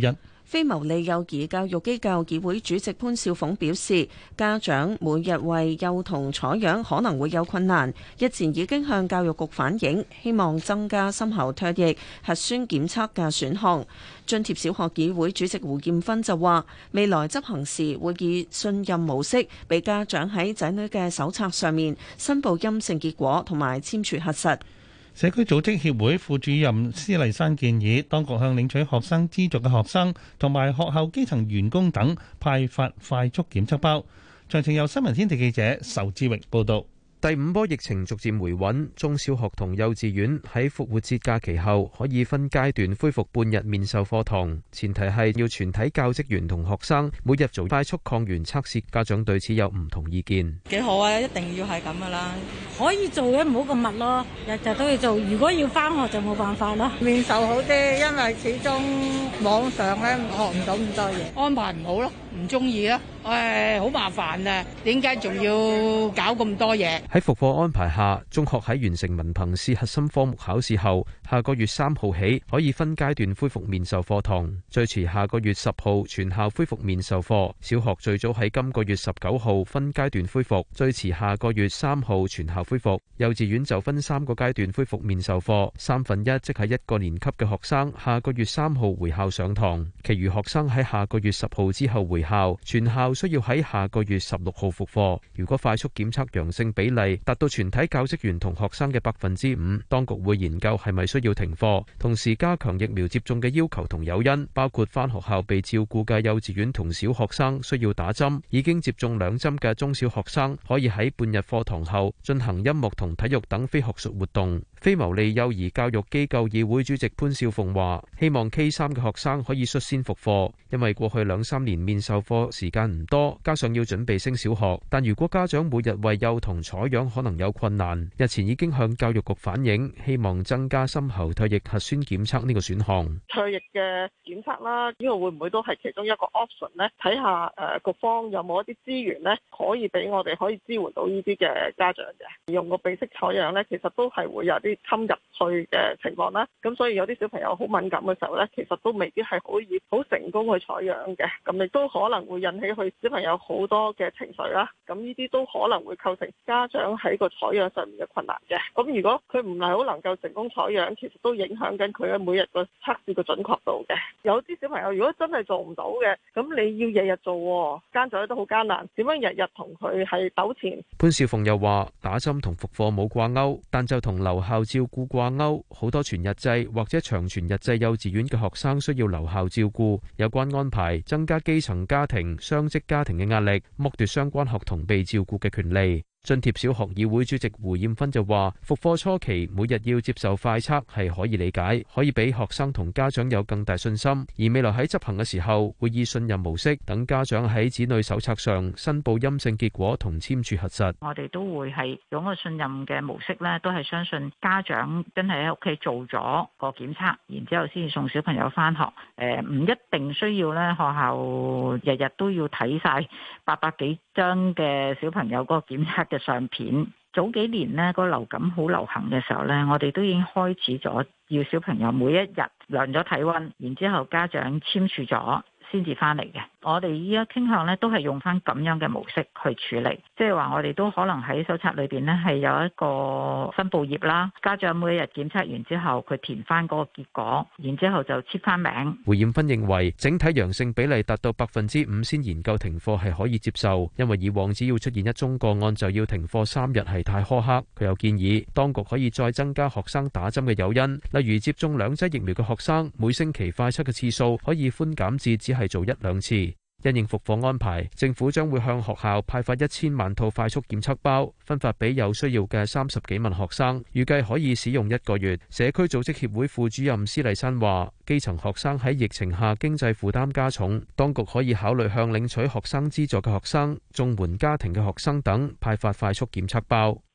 非牟利幼兒教育機構議會主席潘少鳳表示，家長每日為幼童採樣可能會有困難，日前已經向教育局反映，希望增加深喉唾液核酸檢測嘅選項。津貼小學議會主席胡劍芬就話，未來執行時會以信任模式，俾家長喺仔女嘅手冊上面申報陰性結果同埋簽署核實。 社區組織協會副主任施麗珊建議，當局向領取學生資助嘅學生同埋學校基層員工等派發快速檢測包。詳情由新聞天地記者仇志榮報導。 第五波疫情逐漸回穩，中小學同幼稚園喺復活節假期後可以分階段恢復半日面授課堂，前提係要全體教職員同學生每日做快速抗原測試。家長對此有唔同意見。 幾好啊，一定要係咁噶啦，可以做嘅唔好咁密咯，日日都要做。如果要返學就冇辦法咯，面授好啲，因為始終網上咧學唔到咁多嘢，安排唔好咯，唔中意啦，誒好麻煩啊，點解仲要搞咁多嘢？ 喺復課安排下，中學喺完成文憑試核心科目考試後，下個月三號起可以分階段恢復面授課堂，最遲下個月十號全校恢復面授課。小學最早喺今個月十九號分階段恢復，最遲下個月三號全校恢復。幼稚園就分三個階段恢復面授課，三分一即係一個年級嘅學生下個月三號回校上堂，其餘學生喺下個月十號之後回校，全校需要喺下個月十六號復課。如果快速檢測陽性比例達到全體教職員同學生嘅百分之五，當局會研究係咪需要停課，同時加強疫苗接種嘅要求同誘因，包括返學校被照顧嘅幼稚園同小學生需要打針，已經接種兩針嘅中小學生可以喺半日課堂後進行音樂同體育等非學術活動。非牟利幼兒教育機構議會主席潘少鳳話，希望 K 三嘅學生可以率先復課，因為過去兩三年面授課時間唔多，加上要準備升小學，但如果家長每日為幼童採樣可能有困難，日前已經向教育局反映，希望增加深喉唾液核酸檢測呢個選項。 唾液嘅檢測啦，呢個會唔會都係其中一個 option 呢？睇下誒局方有冇一啲資源呢，可以俾我哋可以支援到呢啲嘅家長嘅。用個鼻息採樣呢，其實都係會有啲侵入去嘅情況啦。咁所以有啲小朋友好敏感嘅時候呢，其實都未必係可以好成功去採樣嘅。咁亦都可能會引起佢小朋友好多嘅情緒啦。咁呢啲都可能會構成家長喺個採樣上面嘅困難嘅。咁如果佢唔係好能夠成功採樣，其實都影響緊佢嘅每日個測試嘅準確度嘅。有啲小朋友如果真係做唔到嘅，咁你要日日做，家長都好艱難。點樣日日同佢係糾纏？ 潘少鳳又話：打針同復課冇掛鈎，但就同留校照顧掛鈎。好多全日制或者長全日制幼稚園嘅學生需要留校照顧，有關安排增加基層家庭、雙職家庭嘅壓力，剝奪相關學童被照顧嘅權利。津貼小學議會主席胡艷芬就話：復課初期每日要接受快測係可以理解，可以俾學生同家長有更大信心。而未來喺執行嘅時候，會以信任模式，等家長喺子女手冊上申報陰性結果同簽署核實。 我哋都會係用個信任嘅模式咧，都係相信家長真係喺屋企做咗個檢測，然之後先至送小朋友返學。誒，唔一定需要咧，學校日日都要睇晒八百幾張嘅小朋友嗰個檢測嘅相片。早幾年呢，個流感好流行嘅時候呢，我哋都已經開始咗要小朋友每一日量咗體溫，然之後家長簽署咗先至翻嚟嘅。我哋依家傾向咧都係用翻咁樣嘅模式去處理，即係話我哋都可能喺手冊裏邊呢係有一個申報頁啦，家長每一日檢測完之後，佢填翻嗰個結果，然之後就簽翻名。 胡艷芬認為整體陽性比例達到百分之五先研究停課係可以接受，因為以往只要出現一宗個案就要停課三日係太苛刻。佢又建議當局可以再增加學生打針嘅誘因，例如接種兩劑疫苗嘅學生每星期快測嘅次數可以寬減至只係做一兩次。因應復課安排，政府將會向學校派發一千萬套快速檢測包，分發俾有需要嘅三十幾萬學生，預計可以使用一個月。社區組織協會副主任施麗珊話：基層學生喺疫情下經濟負擔加重，當局可以考慮向領取學生資助嘅學生、綜援家庭嘅學生等派發快速檢測包。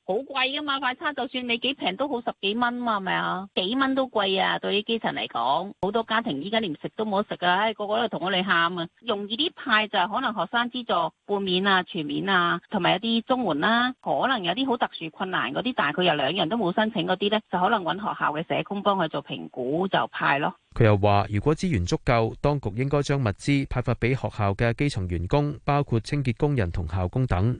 好貴噶嘛，快餐就算你幾平都好十幾蚊嘛，係咪啊？幾蚊都貴啊，對於基層嚟講，好多家庭依家連食都冇得食啊，唉，個個都同我哋喊啊！容易啲派就係可能學生資助半免啊、全免啊，同埋一啲綜援啦，可能有啲好特殊困難嗰啲，但係佢又兩樣都冇申請嗰啲咧，就可能揾學校嘅社工幫佢做評估就派咯。 佢又話，如果資源足夠，當局應該將物資派發俾學校嘅基層員工，包括清潔工人同校工等。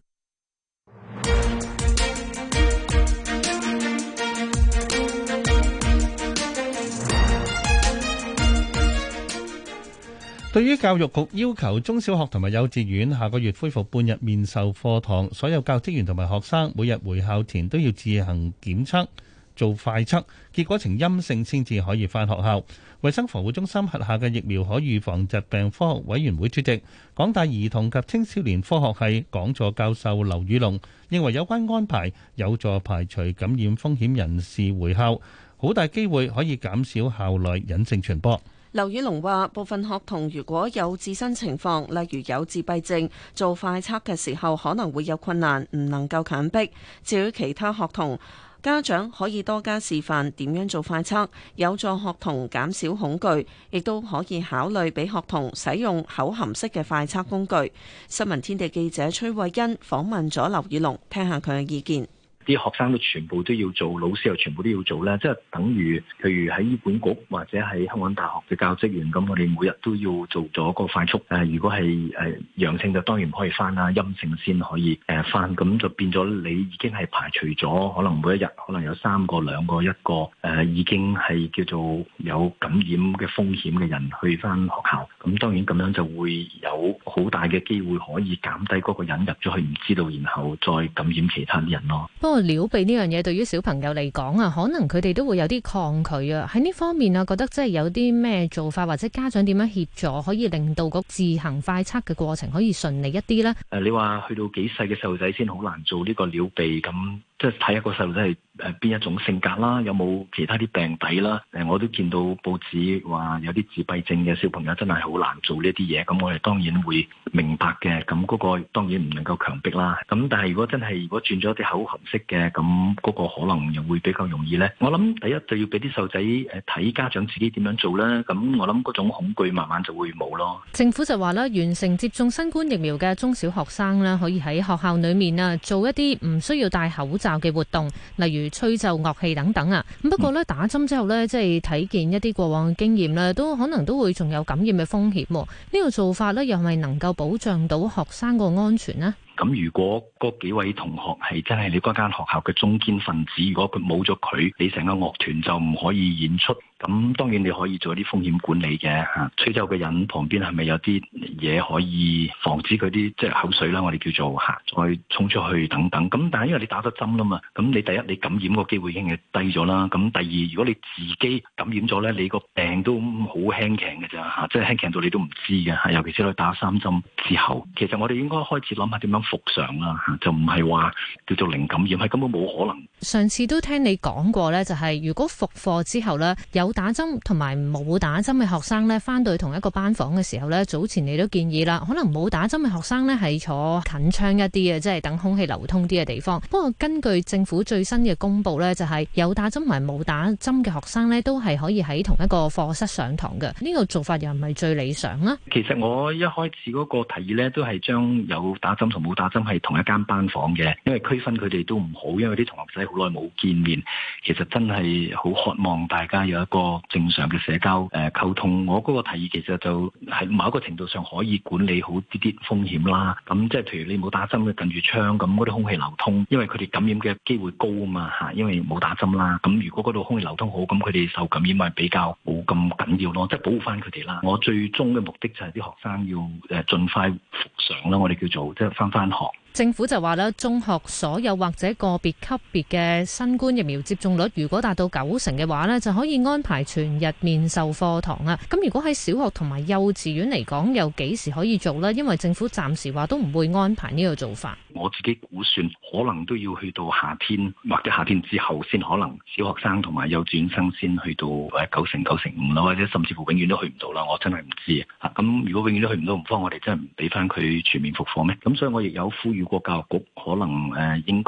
對於教育局要求中小學同埋幼稚園下個月恢復半日面授課堂，所有教職員同埋學生每日回校前都要自行檢測，做快測，結果呈陰性先至可以返學校。衛生防護中心轄下嘅疫苗可預防疾病科學委員會主席、港大兒童及青少年科學系講座教授劉宇龍認為有關安排有助排除感染風險人士回校，好大機會可以減少校內隱性傳播。 劉宇龍話：部分學童如果有自身情況，例如有自閉症，做快測嘅時候可能會有困難，唔能夠強迫。至於其他學童，家長可以多加示範點樣做快測，有助學童減少恐懼，亦都可以考慮俾學童使用口含式嘅快測工具。新聞天地記者崔慧欣訪問咗劉宇龍，聽下佢嘅意見。 啲學生都全部都要做，老師又全部都要做咧，即係等於譬如喺醫管局或者喺香港大學嘅教職員，咁我哋每日都要做咗個快速。誒，如果係誒陽性就當然唔可以翻啦，陰性先可以誒翻，咁就變咗你已經係排除咗可能每一日可能有三個、兩個、一個誒已經係叫做有感染嘅風險嘅人去翻學校。咁當然咁樣就會有好大嘅機會可以減低嗰個人入咗去唔知道，然後再感染其他啲人咯。 撩鼻呢樣嘢對於小朋友嚟講啊，可能佢哋都會有啲抗拒啊。喺呢方面啊，覺得即係有啲咩做法或者家長點樣協助，可以令到個自行快測嘅過程可以順利一啲呢？ 誒，你話去到幾細嘅細路仔先好難做呢個撩鼻咁。即係睇一個細路仔係誒邊一種性格啦，有冇其他啲病底啦？誒，我都見到報紙話有啲自閉症嘅小朋友真係好難做呢啲嘢，咁我哋當然會明白嘅。咁嗰個當然唔能夠強迫啦。咁但係如果真係如果轉咗啲口含式嘅，咁嗰個可能又會比較容易咧。我諗第一就要俾啲細路仔誒睇家長自己點樣做啦。咁我諗嗰種恐懼慢慢就會冇咯。 政府就話啦，完成接種新冠疫苗嘅中小學生啦，可以喺學校裏面啊做一啲唔需要戴口罩嘅活動，例如吹奏樂器等等啊。咁不過咧，打針之後咧，即係睇見一啲過往嘅經驗咧，都可能都會仲有感染嘅風險。呢個做法咧，又係咪能夠保障到學生個安全呢？ 咁如果嗰幾位同學係真係你嗰間學校嘅中堅分子，如果佢冇咗佢，你成個樂團就唔可以演出。咁當然你可以做一啲風險管理嘅嚇，吹奏嘅人旁邊係咪有啲嘢可以防止佢啲即係口水啦？我哋叫做嚇，再衝出去等等。咁但係因為你打咗針啦嘛，咁你第一你感染個機會已經係低咗啦。咁第二，如果你自己感染咗咧，你個病都好輕輕嘅咋嚇，即係輕輕到你都唔知嘅嚇。尤其是你打三針之後，其實我哋應該開始諗下點樣復常啦嚇，就唔係話叫做零感染，係根本冇可能。 上次都聽你講過咧，就係如果復課之後咧，有打針同埋冇打針嘅學生咧，翻到同一個班房嘅時候咧，早前你都建議啦，可能冇打針嘅學生咧係坐近窗一啲嘅，即係等空氣流通啲嘅地方。不過根據政府最新嘅公布咧，就係有打針同埋冇打針嘅學生咧，都係可以喺同一個課室上堂嘅。呢個做法又唔係最理想啦。 其實我一開始嗰個提議咧，都係將有打針同冇打針係同一間班房嘅，因為區分佢哋都唔好，因為啲同學仔好耐冇見面，其實真係好渴望大家有一個正常嘅社交誒溝通。我嗰個提議其實就係某一個程度上可以管理好啲啲風險啦。咁即係譬如你冇打針嘅近住窗，咁嗰啲空氣流通，因為佢哋感染嘅機會高啊嘛嚇，因為冇打針啦。咁如果嗰度空氣流通好，咁佢哋受感染咪比較冇咁緊要咯，即係保護翻佢哋啦。我最終嘅目的就係啲學生要誒盡快復常啦，我哋叫做即係翻翻學。 政府就話咧，中學所有或者個別級別嘅新冠疫苗接種率，如果達到九成嘅話咧，就可以安排全日面授課堂啊。咁如果喺小學同埋幼稚園嚟講，又幾時可以做呢？因為政府暫時話都唔會安排呢個做法。 我自己估算，可能都要去到夏天或者夏天之後，先可能小學生同埋幼稚園生先去到誒九成九成五啦，或者甚至乎永遠都去唔到啦。我真係唔知啊。咁如果永遠都去唔到，唔慌我哋真係唔俾翻佢全面復課咩？咁所以我亦有呼籲過教育局，可能誒應該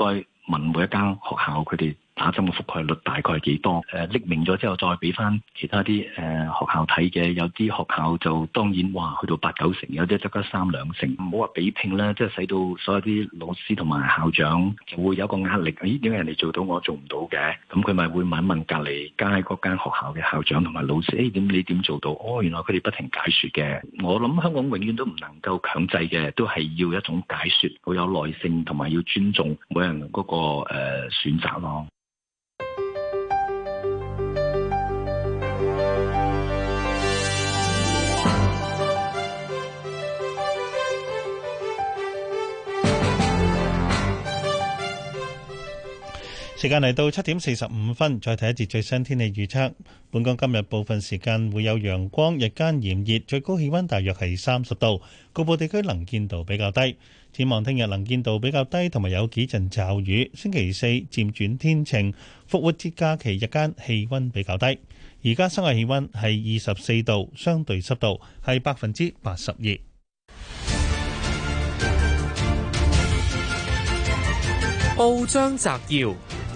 問每一間學校佢哋打針嘅覆蓋率大概係幾多？誒匿名咗之後，再俾翻其他啲誒、呃、學校睇嘅，有啲學校就當然話去到八九成，有啲則得三兩成。唔好話比拼啦，即係使到所有啲老師同埋校長就會有一個壓力。咦？點解人哋做到我做唔到嘅？咁佢咪會問一問隔離街嗰間學校嘅校長同埋老師，誒點你點做到？哦，原來佢哋不停解説嘅。我諗香港永遠都唔能夠強制嘅，都係要一種解説，好有耐性同埋要尊重每人嗰、那個誒、呃、選擇咯。 時間嚟到七點四十五分，再睇一節最新天氣預測。本港今日部分時間會有陽光，日間炎熱，最高氣溫大約係三十度，局部地區能見度比較低。展望聽日能見度比較低，同埋有幾陣驟雨。星期四漸轉天晴，復活節假期日間氣溫比較低。而家室外氣溫係二十四度，相對濕度係百分之八十二。 報章摘要。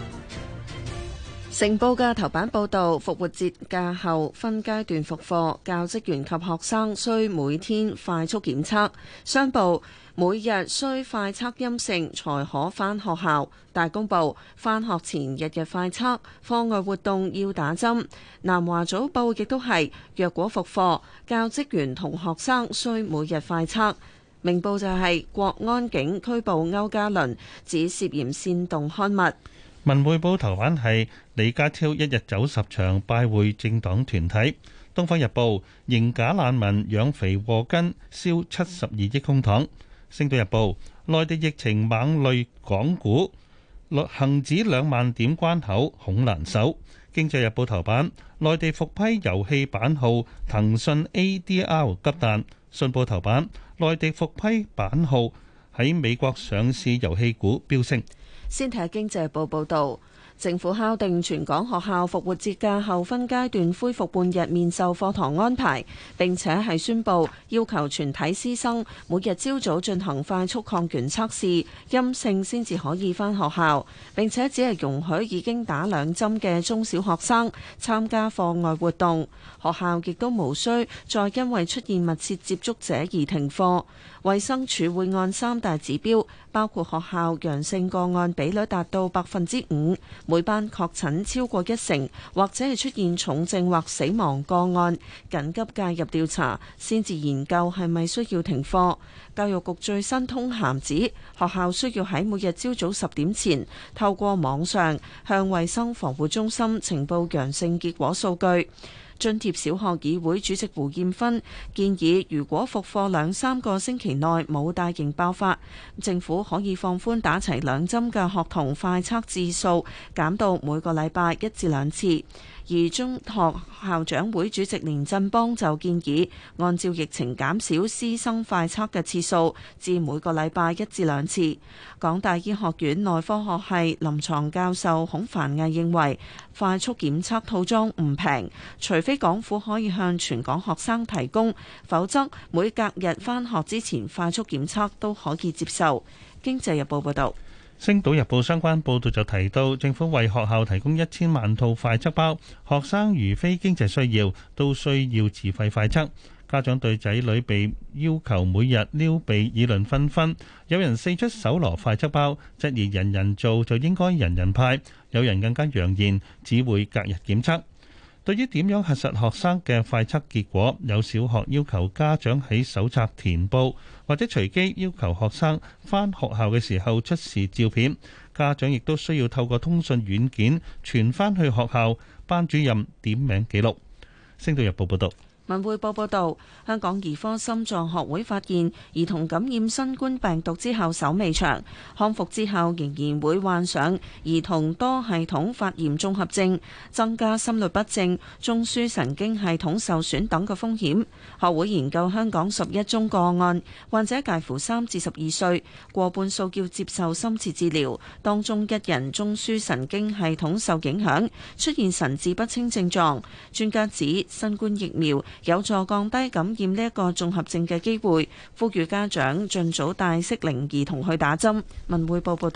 成報嘅頭版報導，復活節假後分階段復課，教職員及學生需每天快速檢測。商報每日需快測陰性才可返學校。大公報返學前日日快測，課外活動要打針。南華早報亦都係，若果復課，教職員同學生需每日快測。明報就係國安警拘捕歐嘉倫，指涉嫌煽動刊物。 文匯報頭版係李家超一日走十場拜會政黨團體。東方日報認假難民養肥禍根，燒七十二億公帑。星島日報內地疫情猛累港股，恒指兩萬點關口恐難守。經濟日報頭版內地復批遊戲版號，騰訊 A D R 急彈。信報頭版內地復批版號喺美國上市遊戲股飆升。 先睇下經濟報報導，政府敲定全港學校復活節假後分階段恢復半日面授課堂安排，並且係宣布要求全體師生每日朝早進行快速抗原測試，陰性先至可以返學校。並且只係容許已經打兩針嘅中小學生參加課外活動。學校亦都無需再因為出現密切接觸者而停課。衛生署會按三大指標，包括學校陽性個案比率達到百分之五，每班確診超過一成，或者係出現重症或死亡個案，緊急介入調查，先至研究係咪需要停課。教育局最新通函指，學校需要喺每日朝早十點前透過網上向衛生防護中心呈報陽性結果數據。津貼小學議會主席胡劍芬建議，如果復課兩三個星期內冇大型爆發，政府可以放寬打齊兩針嘅學童快測次數，減到每個禮拜一至兩次。而中學校長會主席連振邦就建議，按照疫情減少師生快測嘅次數至每個禮拜一至兩次。港大醫學院內科學系臨床教授孔凡毅認為，快速檢測套裝唔平，除非港府可以向全港學生提供，否則每隔日返學之前快速檢測都可以接受。經濟日報報導。 星島日報相關報導就提到，政府為學校提供一千萬套快測包，學生如非經濟需要，都需要自費快測。家長對仔女被要求每日撩鼻議論紛紛，有人四出搜羅快測包，質疑人人做就應該人人派，有人更加揚言只會隔日檢測。對於點樣核實學生嘅快測結果，有小學要求家長喺手冊填報，或者隨機要求學生返學校嘅時候出示照片。家長亦都需要透過通訊軟件傳翻去學校，班主任點名記錄。星島日報報道。 文匯報報道，香港兒科心臟學會發現，兒童感染新冠病毒之後手尾長，康復之後仍然會患上兒童多系統發炎綜合症，增加心律不正、中樞神經系統受損等嘅風險。學會研究香港十一宗個案，患者介乎三至十二歲，過半數要接受深切治療，當中一人中樞神經系統受影響，出現神志不清症狀。專家指新冠疫苗有助降低感染呢一個綜合症嘅機會，呼籲家長盡早帶適齡兒童去打針。文匯報報道。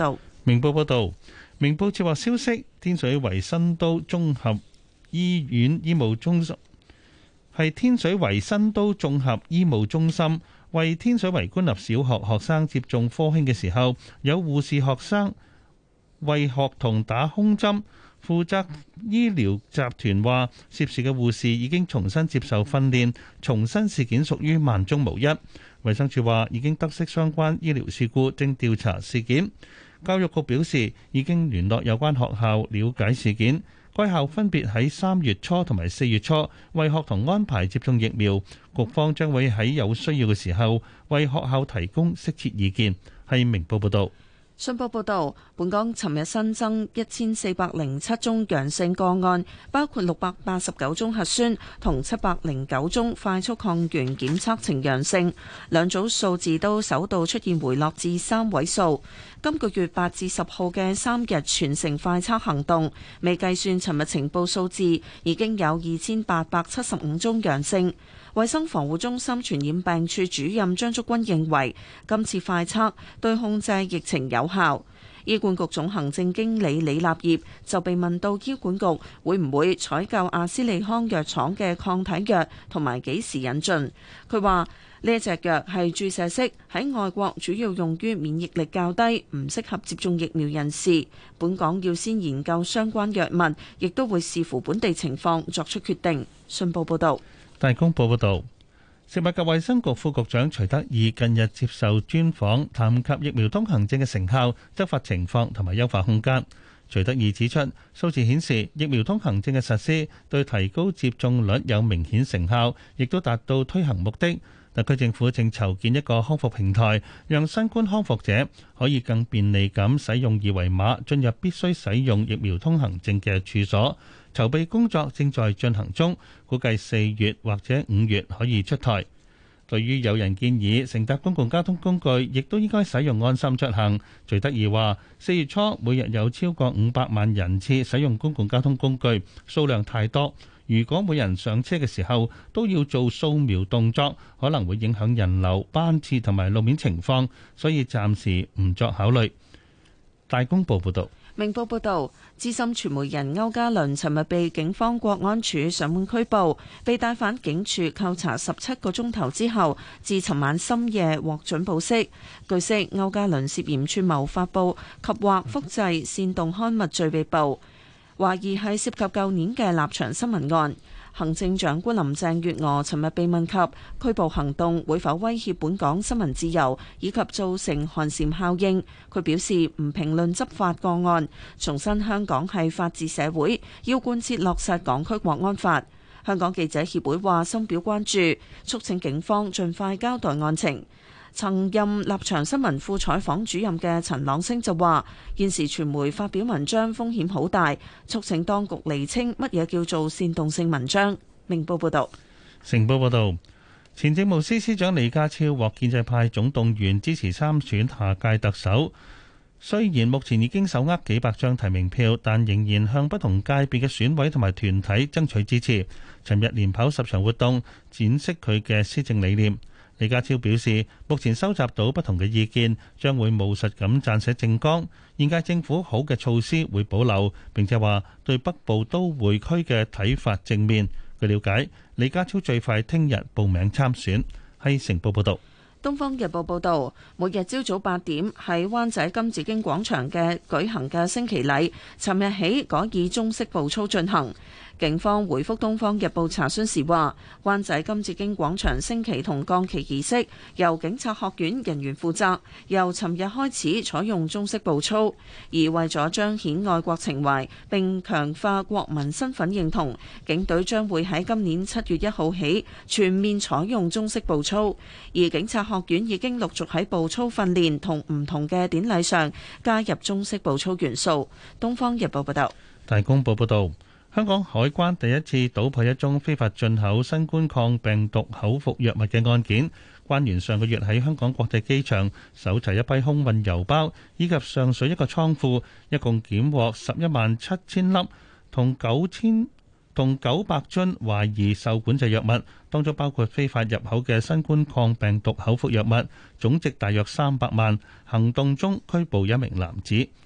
明報報道，明報接獲消息，天水圍新都綜合醫院醫務中心係天水圍新都綜合醫務中心為天水圍官立小學學生接種科興嘅時候，有護士學生為學童打空針。負責醫療集團話，涉事嘅護士已經重新接受訓練，重申事件屬於萬中無一。衛生署話已經得悉相關醫療事故，正調查事件。教育局表示已經聯絡有關學校了解事件，該校分別喺三月初同埋四月初為學童安排接種疫苗，局方將會喺有需要嘅時候為學校提供適切意見。係明報報道。 信報報導，本港尋日新增一千四百零七宗陽性個案，包括六百八十九宗核酸同七百零九宗快速抗原檢測呈陽性，兩組數字都首度出現回落至三位數。今個月八至十號嘅三日全城快測行動，未計算尋日呈報數字，已經有二千八百七十五宗陽性。衛生防護中心傳染病處主任張竹君認為，今次快測對控制疫情有效。醫管局總行政經理李立業就被問到醫管局會唔會採購阿斯利康藥廠嘅抗體藥同埋幾時引進，佢話呢一隻藥係注射式，喺外國主要用於免疫力較低、唔適合接種疫苗人士。本港要先研究相關藥物，亦都會視乎本地情況作出決定。信報報導。 大公報報導，食物及衛生局副局長徐德義近日接受專訪，談及疫苗通行證嘅成效、執法情況同埋優化空間。徐德義指出，數字顯示疫苗通行證嘅實施對提高接種率有明顯成效，亦都達到推行目的。特區政府正籌建一個康復平台，讓新冠康復者可以更便利咁使用二維碼進入必須使用疫苗通行證嘅處所。籌備工作正在進行中，估計四月或者五月可以出台。對於有人建議乘搭公共交通工具，亦都應該使用安心出行。徐德義話：四月初每日有超過五百萬人次使用公共交通工具，數量太多。如果每人上車嘅時候都要做掃描動作，可能會影響人流、班次同埋路面情況，所以暫時唔作考慮。大公報報導。 明報報導，資深傳媒人歐嘉倫尋日被警方國安處上門拘捕，被帶返警署扣查十七個鐘頭之後，至尋晚深夜獲准保釋。據悉，歐嘉倫涉嫌串謀發布及或複製煽動刊物罪被捕，懷疑係涉及舊年嘅立場新聞案。行政長官林鄭月娥尋日被問及拘捕行動會否威脅本港新聞自由以及造成寒蟬效應，佢表示唔評論執法個案，重申香港係法治社會，要貫徹落實港區國安法。香港記者協會話深表關注，促請警方盡快交代案情。曾任立場新聞副採訪主任嘅陳朗昇就話：現時傳媒發表文章風險好大，促請當局釐清乜嘢叫做煽動性文章。明報報導。 成報報導，前政務司司長李家超獲建制派總動員支持參選下屆特首。雖然目前已經手握幾百張提名票，但仍然向不同界別嘅選委同埋團體爭取支持。尋日連跑十場活動，展示佢嘅施政理念。李家超表示，目前收集到不同嘅意見，將會務實咁撰寫政綱。現屆政府好嘅措施會保留，並且話對北部都會區嘅睇法正面。據了解，李家超最快聽日報名參選。係成報報導。 《東方日報》報導，每日朝早八點喺灣仔金紫荊廣場嘅舉行嘅升旗禮，尋日起改以中式步操進行。警方回覆《東方日報》查詢時話，灣仔金紫荊廣場升旗同降旗儀式由警察學院人員負責，由尋日開始採用中式步操。而為咗彰顯愛國情懷並強化國民身份認同，警隊將會喺今年七月一號起全面採用中式步操。而警察學院已經陸續喺步操訓練同唔同嘅典禮上加入中式步操元素。《東方日報》報道。 大公報報導。香港海關第一次搗破一宗非法進口新冠抗病毒口服藥物嘅案件。關員上個月喺香港國際機場搜查一批空運郵包，以及上水一個倉庫，一共檢獲十一萬七千粒同九千同九百樽懷疑受管制藥物，當中包括非法入口嘅新冠抗病毒口服藥物，總值大約三百萬。行動中拘捕一名男子。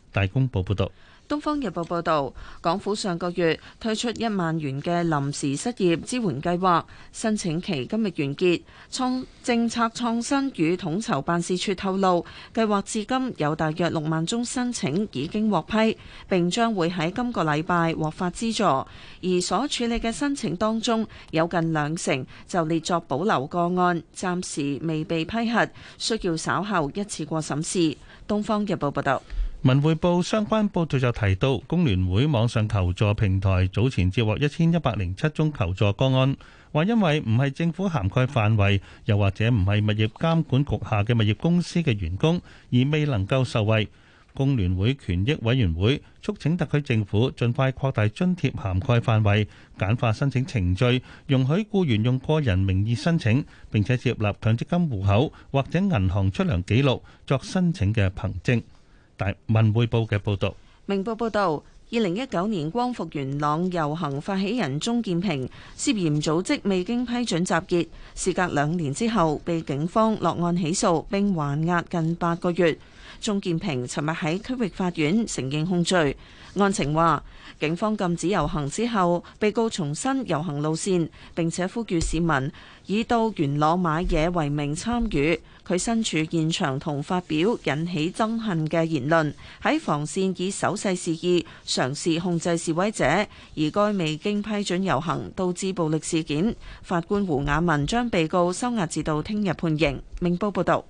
大公報報導。 《東方日報》報導，港府上個月推出一萬元嘅臨時失業支援計劃，申請期今日完結。創政策創新與統籌辦事處透露，計劃至今有大約六萬宗申請已經獲批，並將會喺今個禮拜獲發資助。而所處理嘅申請當中，有近兩成就列作保留個案，暫時未被批核，需要稍後一次過審視。《東方日報》報導。 文匯報相關報道就提到，工聯會網上求助平台早前接獲一千一百零七宗求助個案，話因為唔係政府涵蓋範圍，又或者唔係物業監管局下嘅物業公司嘅員工，而未能夠受惠。工聯會權益委員會促請特區政府盡快擴大津貼涵蓋範圍，簡化申請程序，容許僱員用個人名義申請，並且接納強積金戶口或者銀行出糧記錄作申請嘅憑證。大文匯報嘅報導。 明報報導，二零一九年光復元朗遊行發起人鍾健平涉嫌組織未經批准集結，事隔兩年之後被警方落案起訴並還押近八個月。鍾健平尋日喺區域法院承認控罪。案情話，警方禁止遊行之後，被告重申遊行路線，並且呼籲市民以到元朗買嘢為名參與。佢身處現場同發表引起憎恨嘅言論，喺防線以手勢示意嘗試控制示威者，而該未經批准遊行導致暴力事件。法官胡雅文將被告收押至到聽日判刑。明報報導。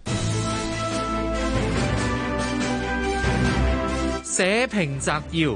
社評摘要。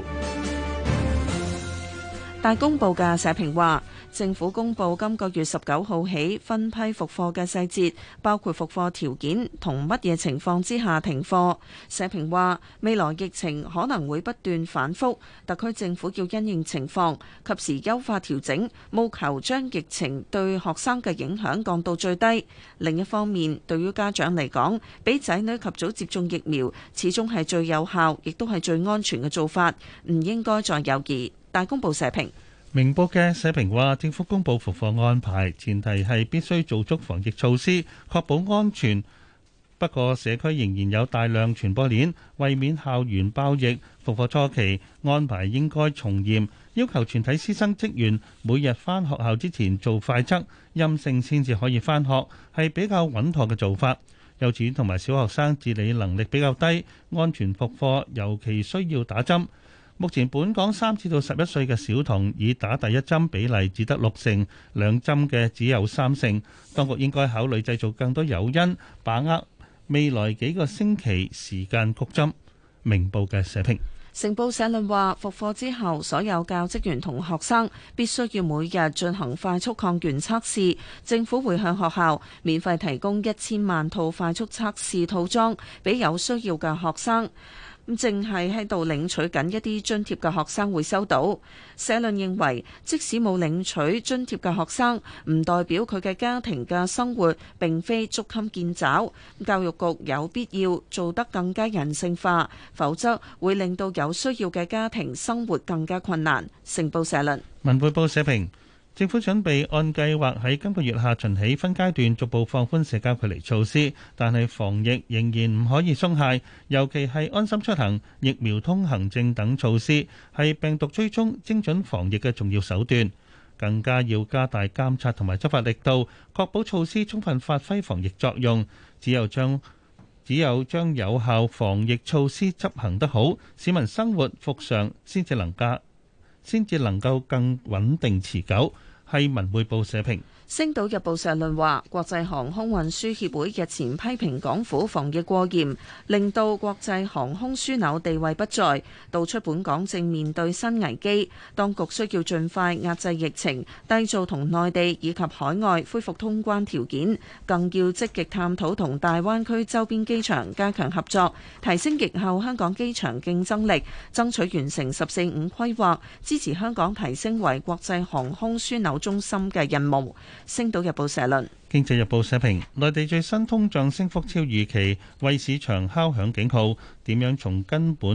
大公報嘅社評話，政府公布今個月十九號起分批復課嘅細節，包括復課條件同乜嘢情況之下停課。社評話，未來疫情可能會不斷反覆，特區政府要因應情況，及時優化調整，務求將疫情對學生嘅影響降到最低。另一方面，對於家長嚟講，俾仔女及早接種疫苗，始終係最有效，亦都係最安全嘅做法，唔應該再猶豫。大公報社評。 明報嘅社評話，政府公布復課安排，前提係必須做足防疫措施，確保安全。不過社區仍然有大量傳播鏈，為免校園爆疫，復課初期安排應該從嚴，要求全體師生職員每日返學校之前做快測，陰性先至可以返學，係比較穩妥嘅做法。幼稚園同埋小學生自理能力比較低，安全復課尤其需要打針。目前本港三至到十一歲嘅小童已打第一針比例只得六成，兩針嘅只有三成。當局應該考慮製造更多誘因，把握未來幾個星期時間谷針。明報嘅社評。 成報社論話，復課之後，所有教職員同學生必須要每日進行快速抗原測試。政府會向學校免費提供一千萬套快速測試套裝，俾有需要嘅學生。咁正係喺度領取緊一啲津貼嘅學生會收到。社論認為，即使冇領取津貼嘅學生，唔代表佢嘅家庭嘅生活並非捉襟見肘。教育局有必要做得更加人性化，否則會令到有需要嘅家庭生活更加困難。成報社論。 文匯報社評。政府準備按計劃喺今個月下旬起分階段逐步放寬社交距離措施，但係防疫仍然唔可以鬆懈，尤其係安心出行、疫苗通行證等措施係病毒追蹤、精準防疫嘅重要手段，更加要加大監察同埋執法力度，確保措施充分發揮防疫作用。只有將只有將有效防疫措施執行得好，市民生活復常先至能夠先至能夠更穩定持久。係文匯報社評。 星島日報社論話，國際航空運輸協會日前批評港府防疫過嚴，令到國際航空樞紐地位不在，道出本港正面對新危機。當局需要盡快壓制疫情，締造同內地以及海外恢復通關條件，更要積極探討同大灣區周邊機場加強合作，提升疫後香港機場競爭力，爭取完成十四五規劃，支持香港提升為國際航空樞紐中心嘅任務。星島日報社論。 經濟日報社評，內地最新通脹升幅超預期，為市場敲響警號。點樣從根本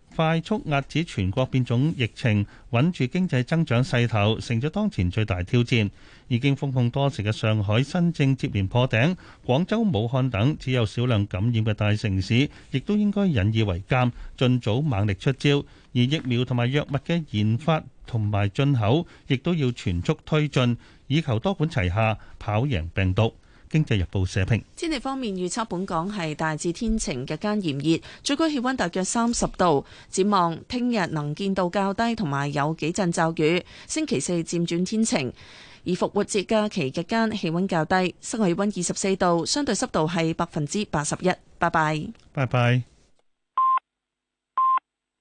快速遏止全國變種疫情，穩住經濟增長勢頭，成咗當前最大挑戰。已經封控多時嘅上海新政接連破頂，廣州、武漢等只有少量感染嘅大城市，亦都應該引以為鑑，盡早猛力出招。而疫苗同埋藥物嘅研發同埋進口，亦都要全速推進，以求多管齊下，跑贏病毒。經濟日報社評。 天氣方面預測本港係大致天晴，日間炎熱，最高氣溫大約三十度。展望聽日能見度較低，同埋有幾陣驟雨。星期四漸轉天晴，而復活節假期日間氣溫較低，室外氣溫二十四度，相對濕度係百分之八十一。拜拜。 拜拜。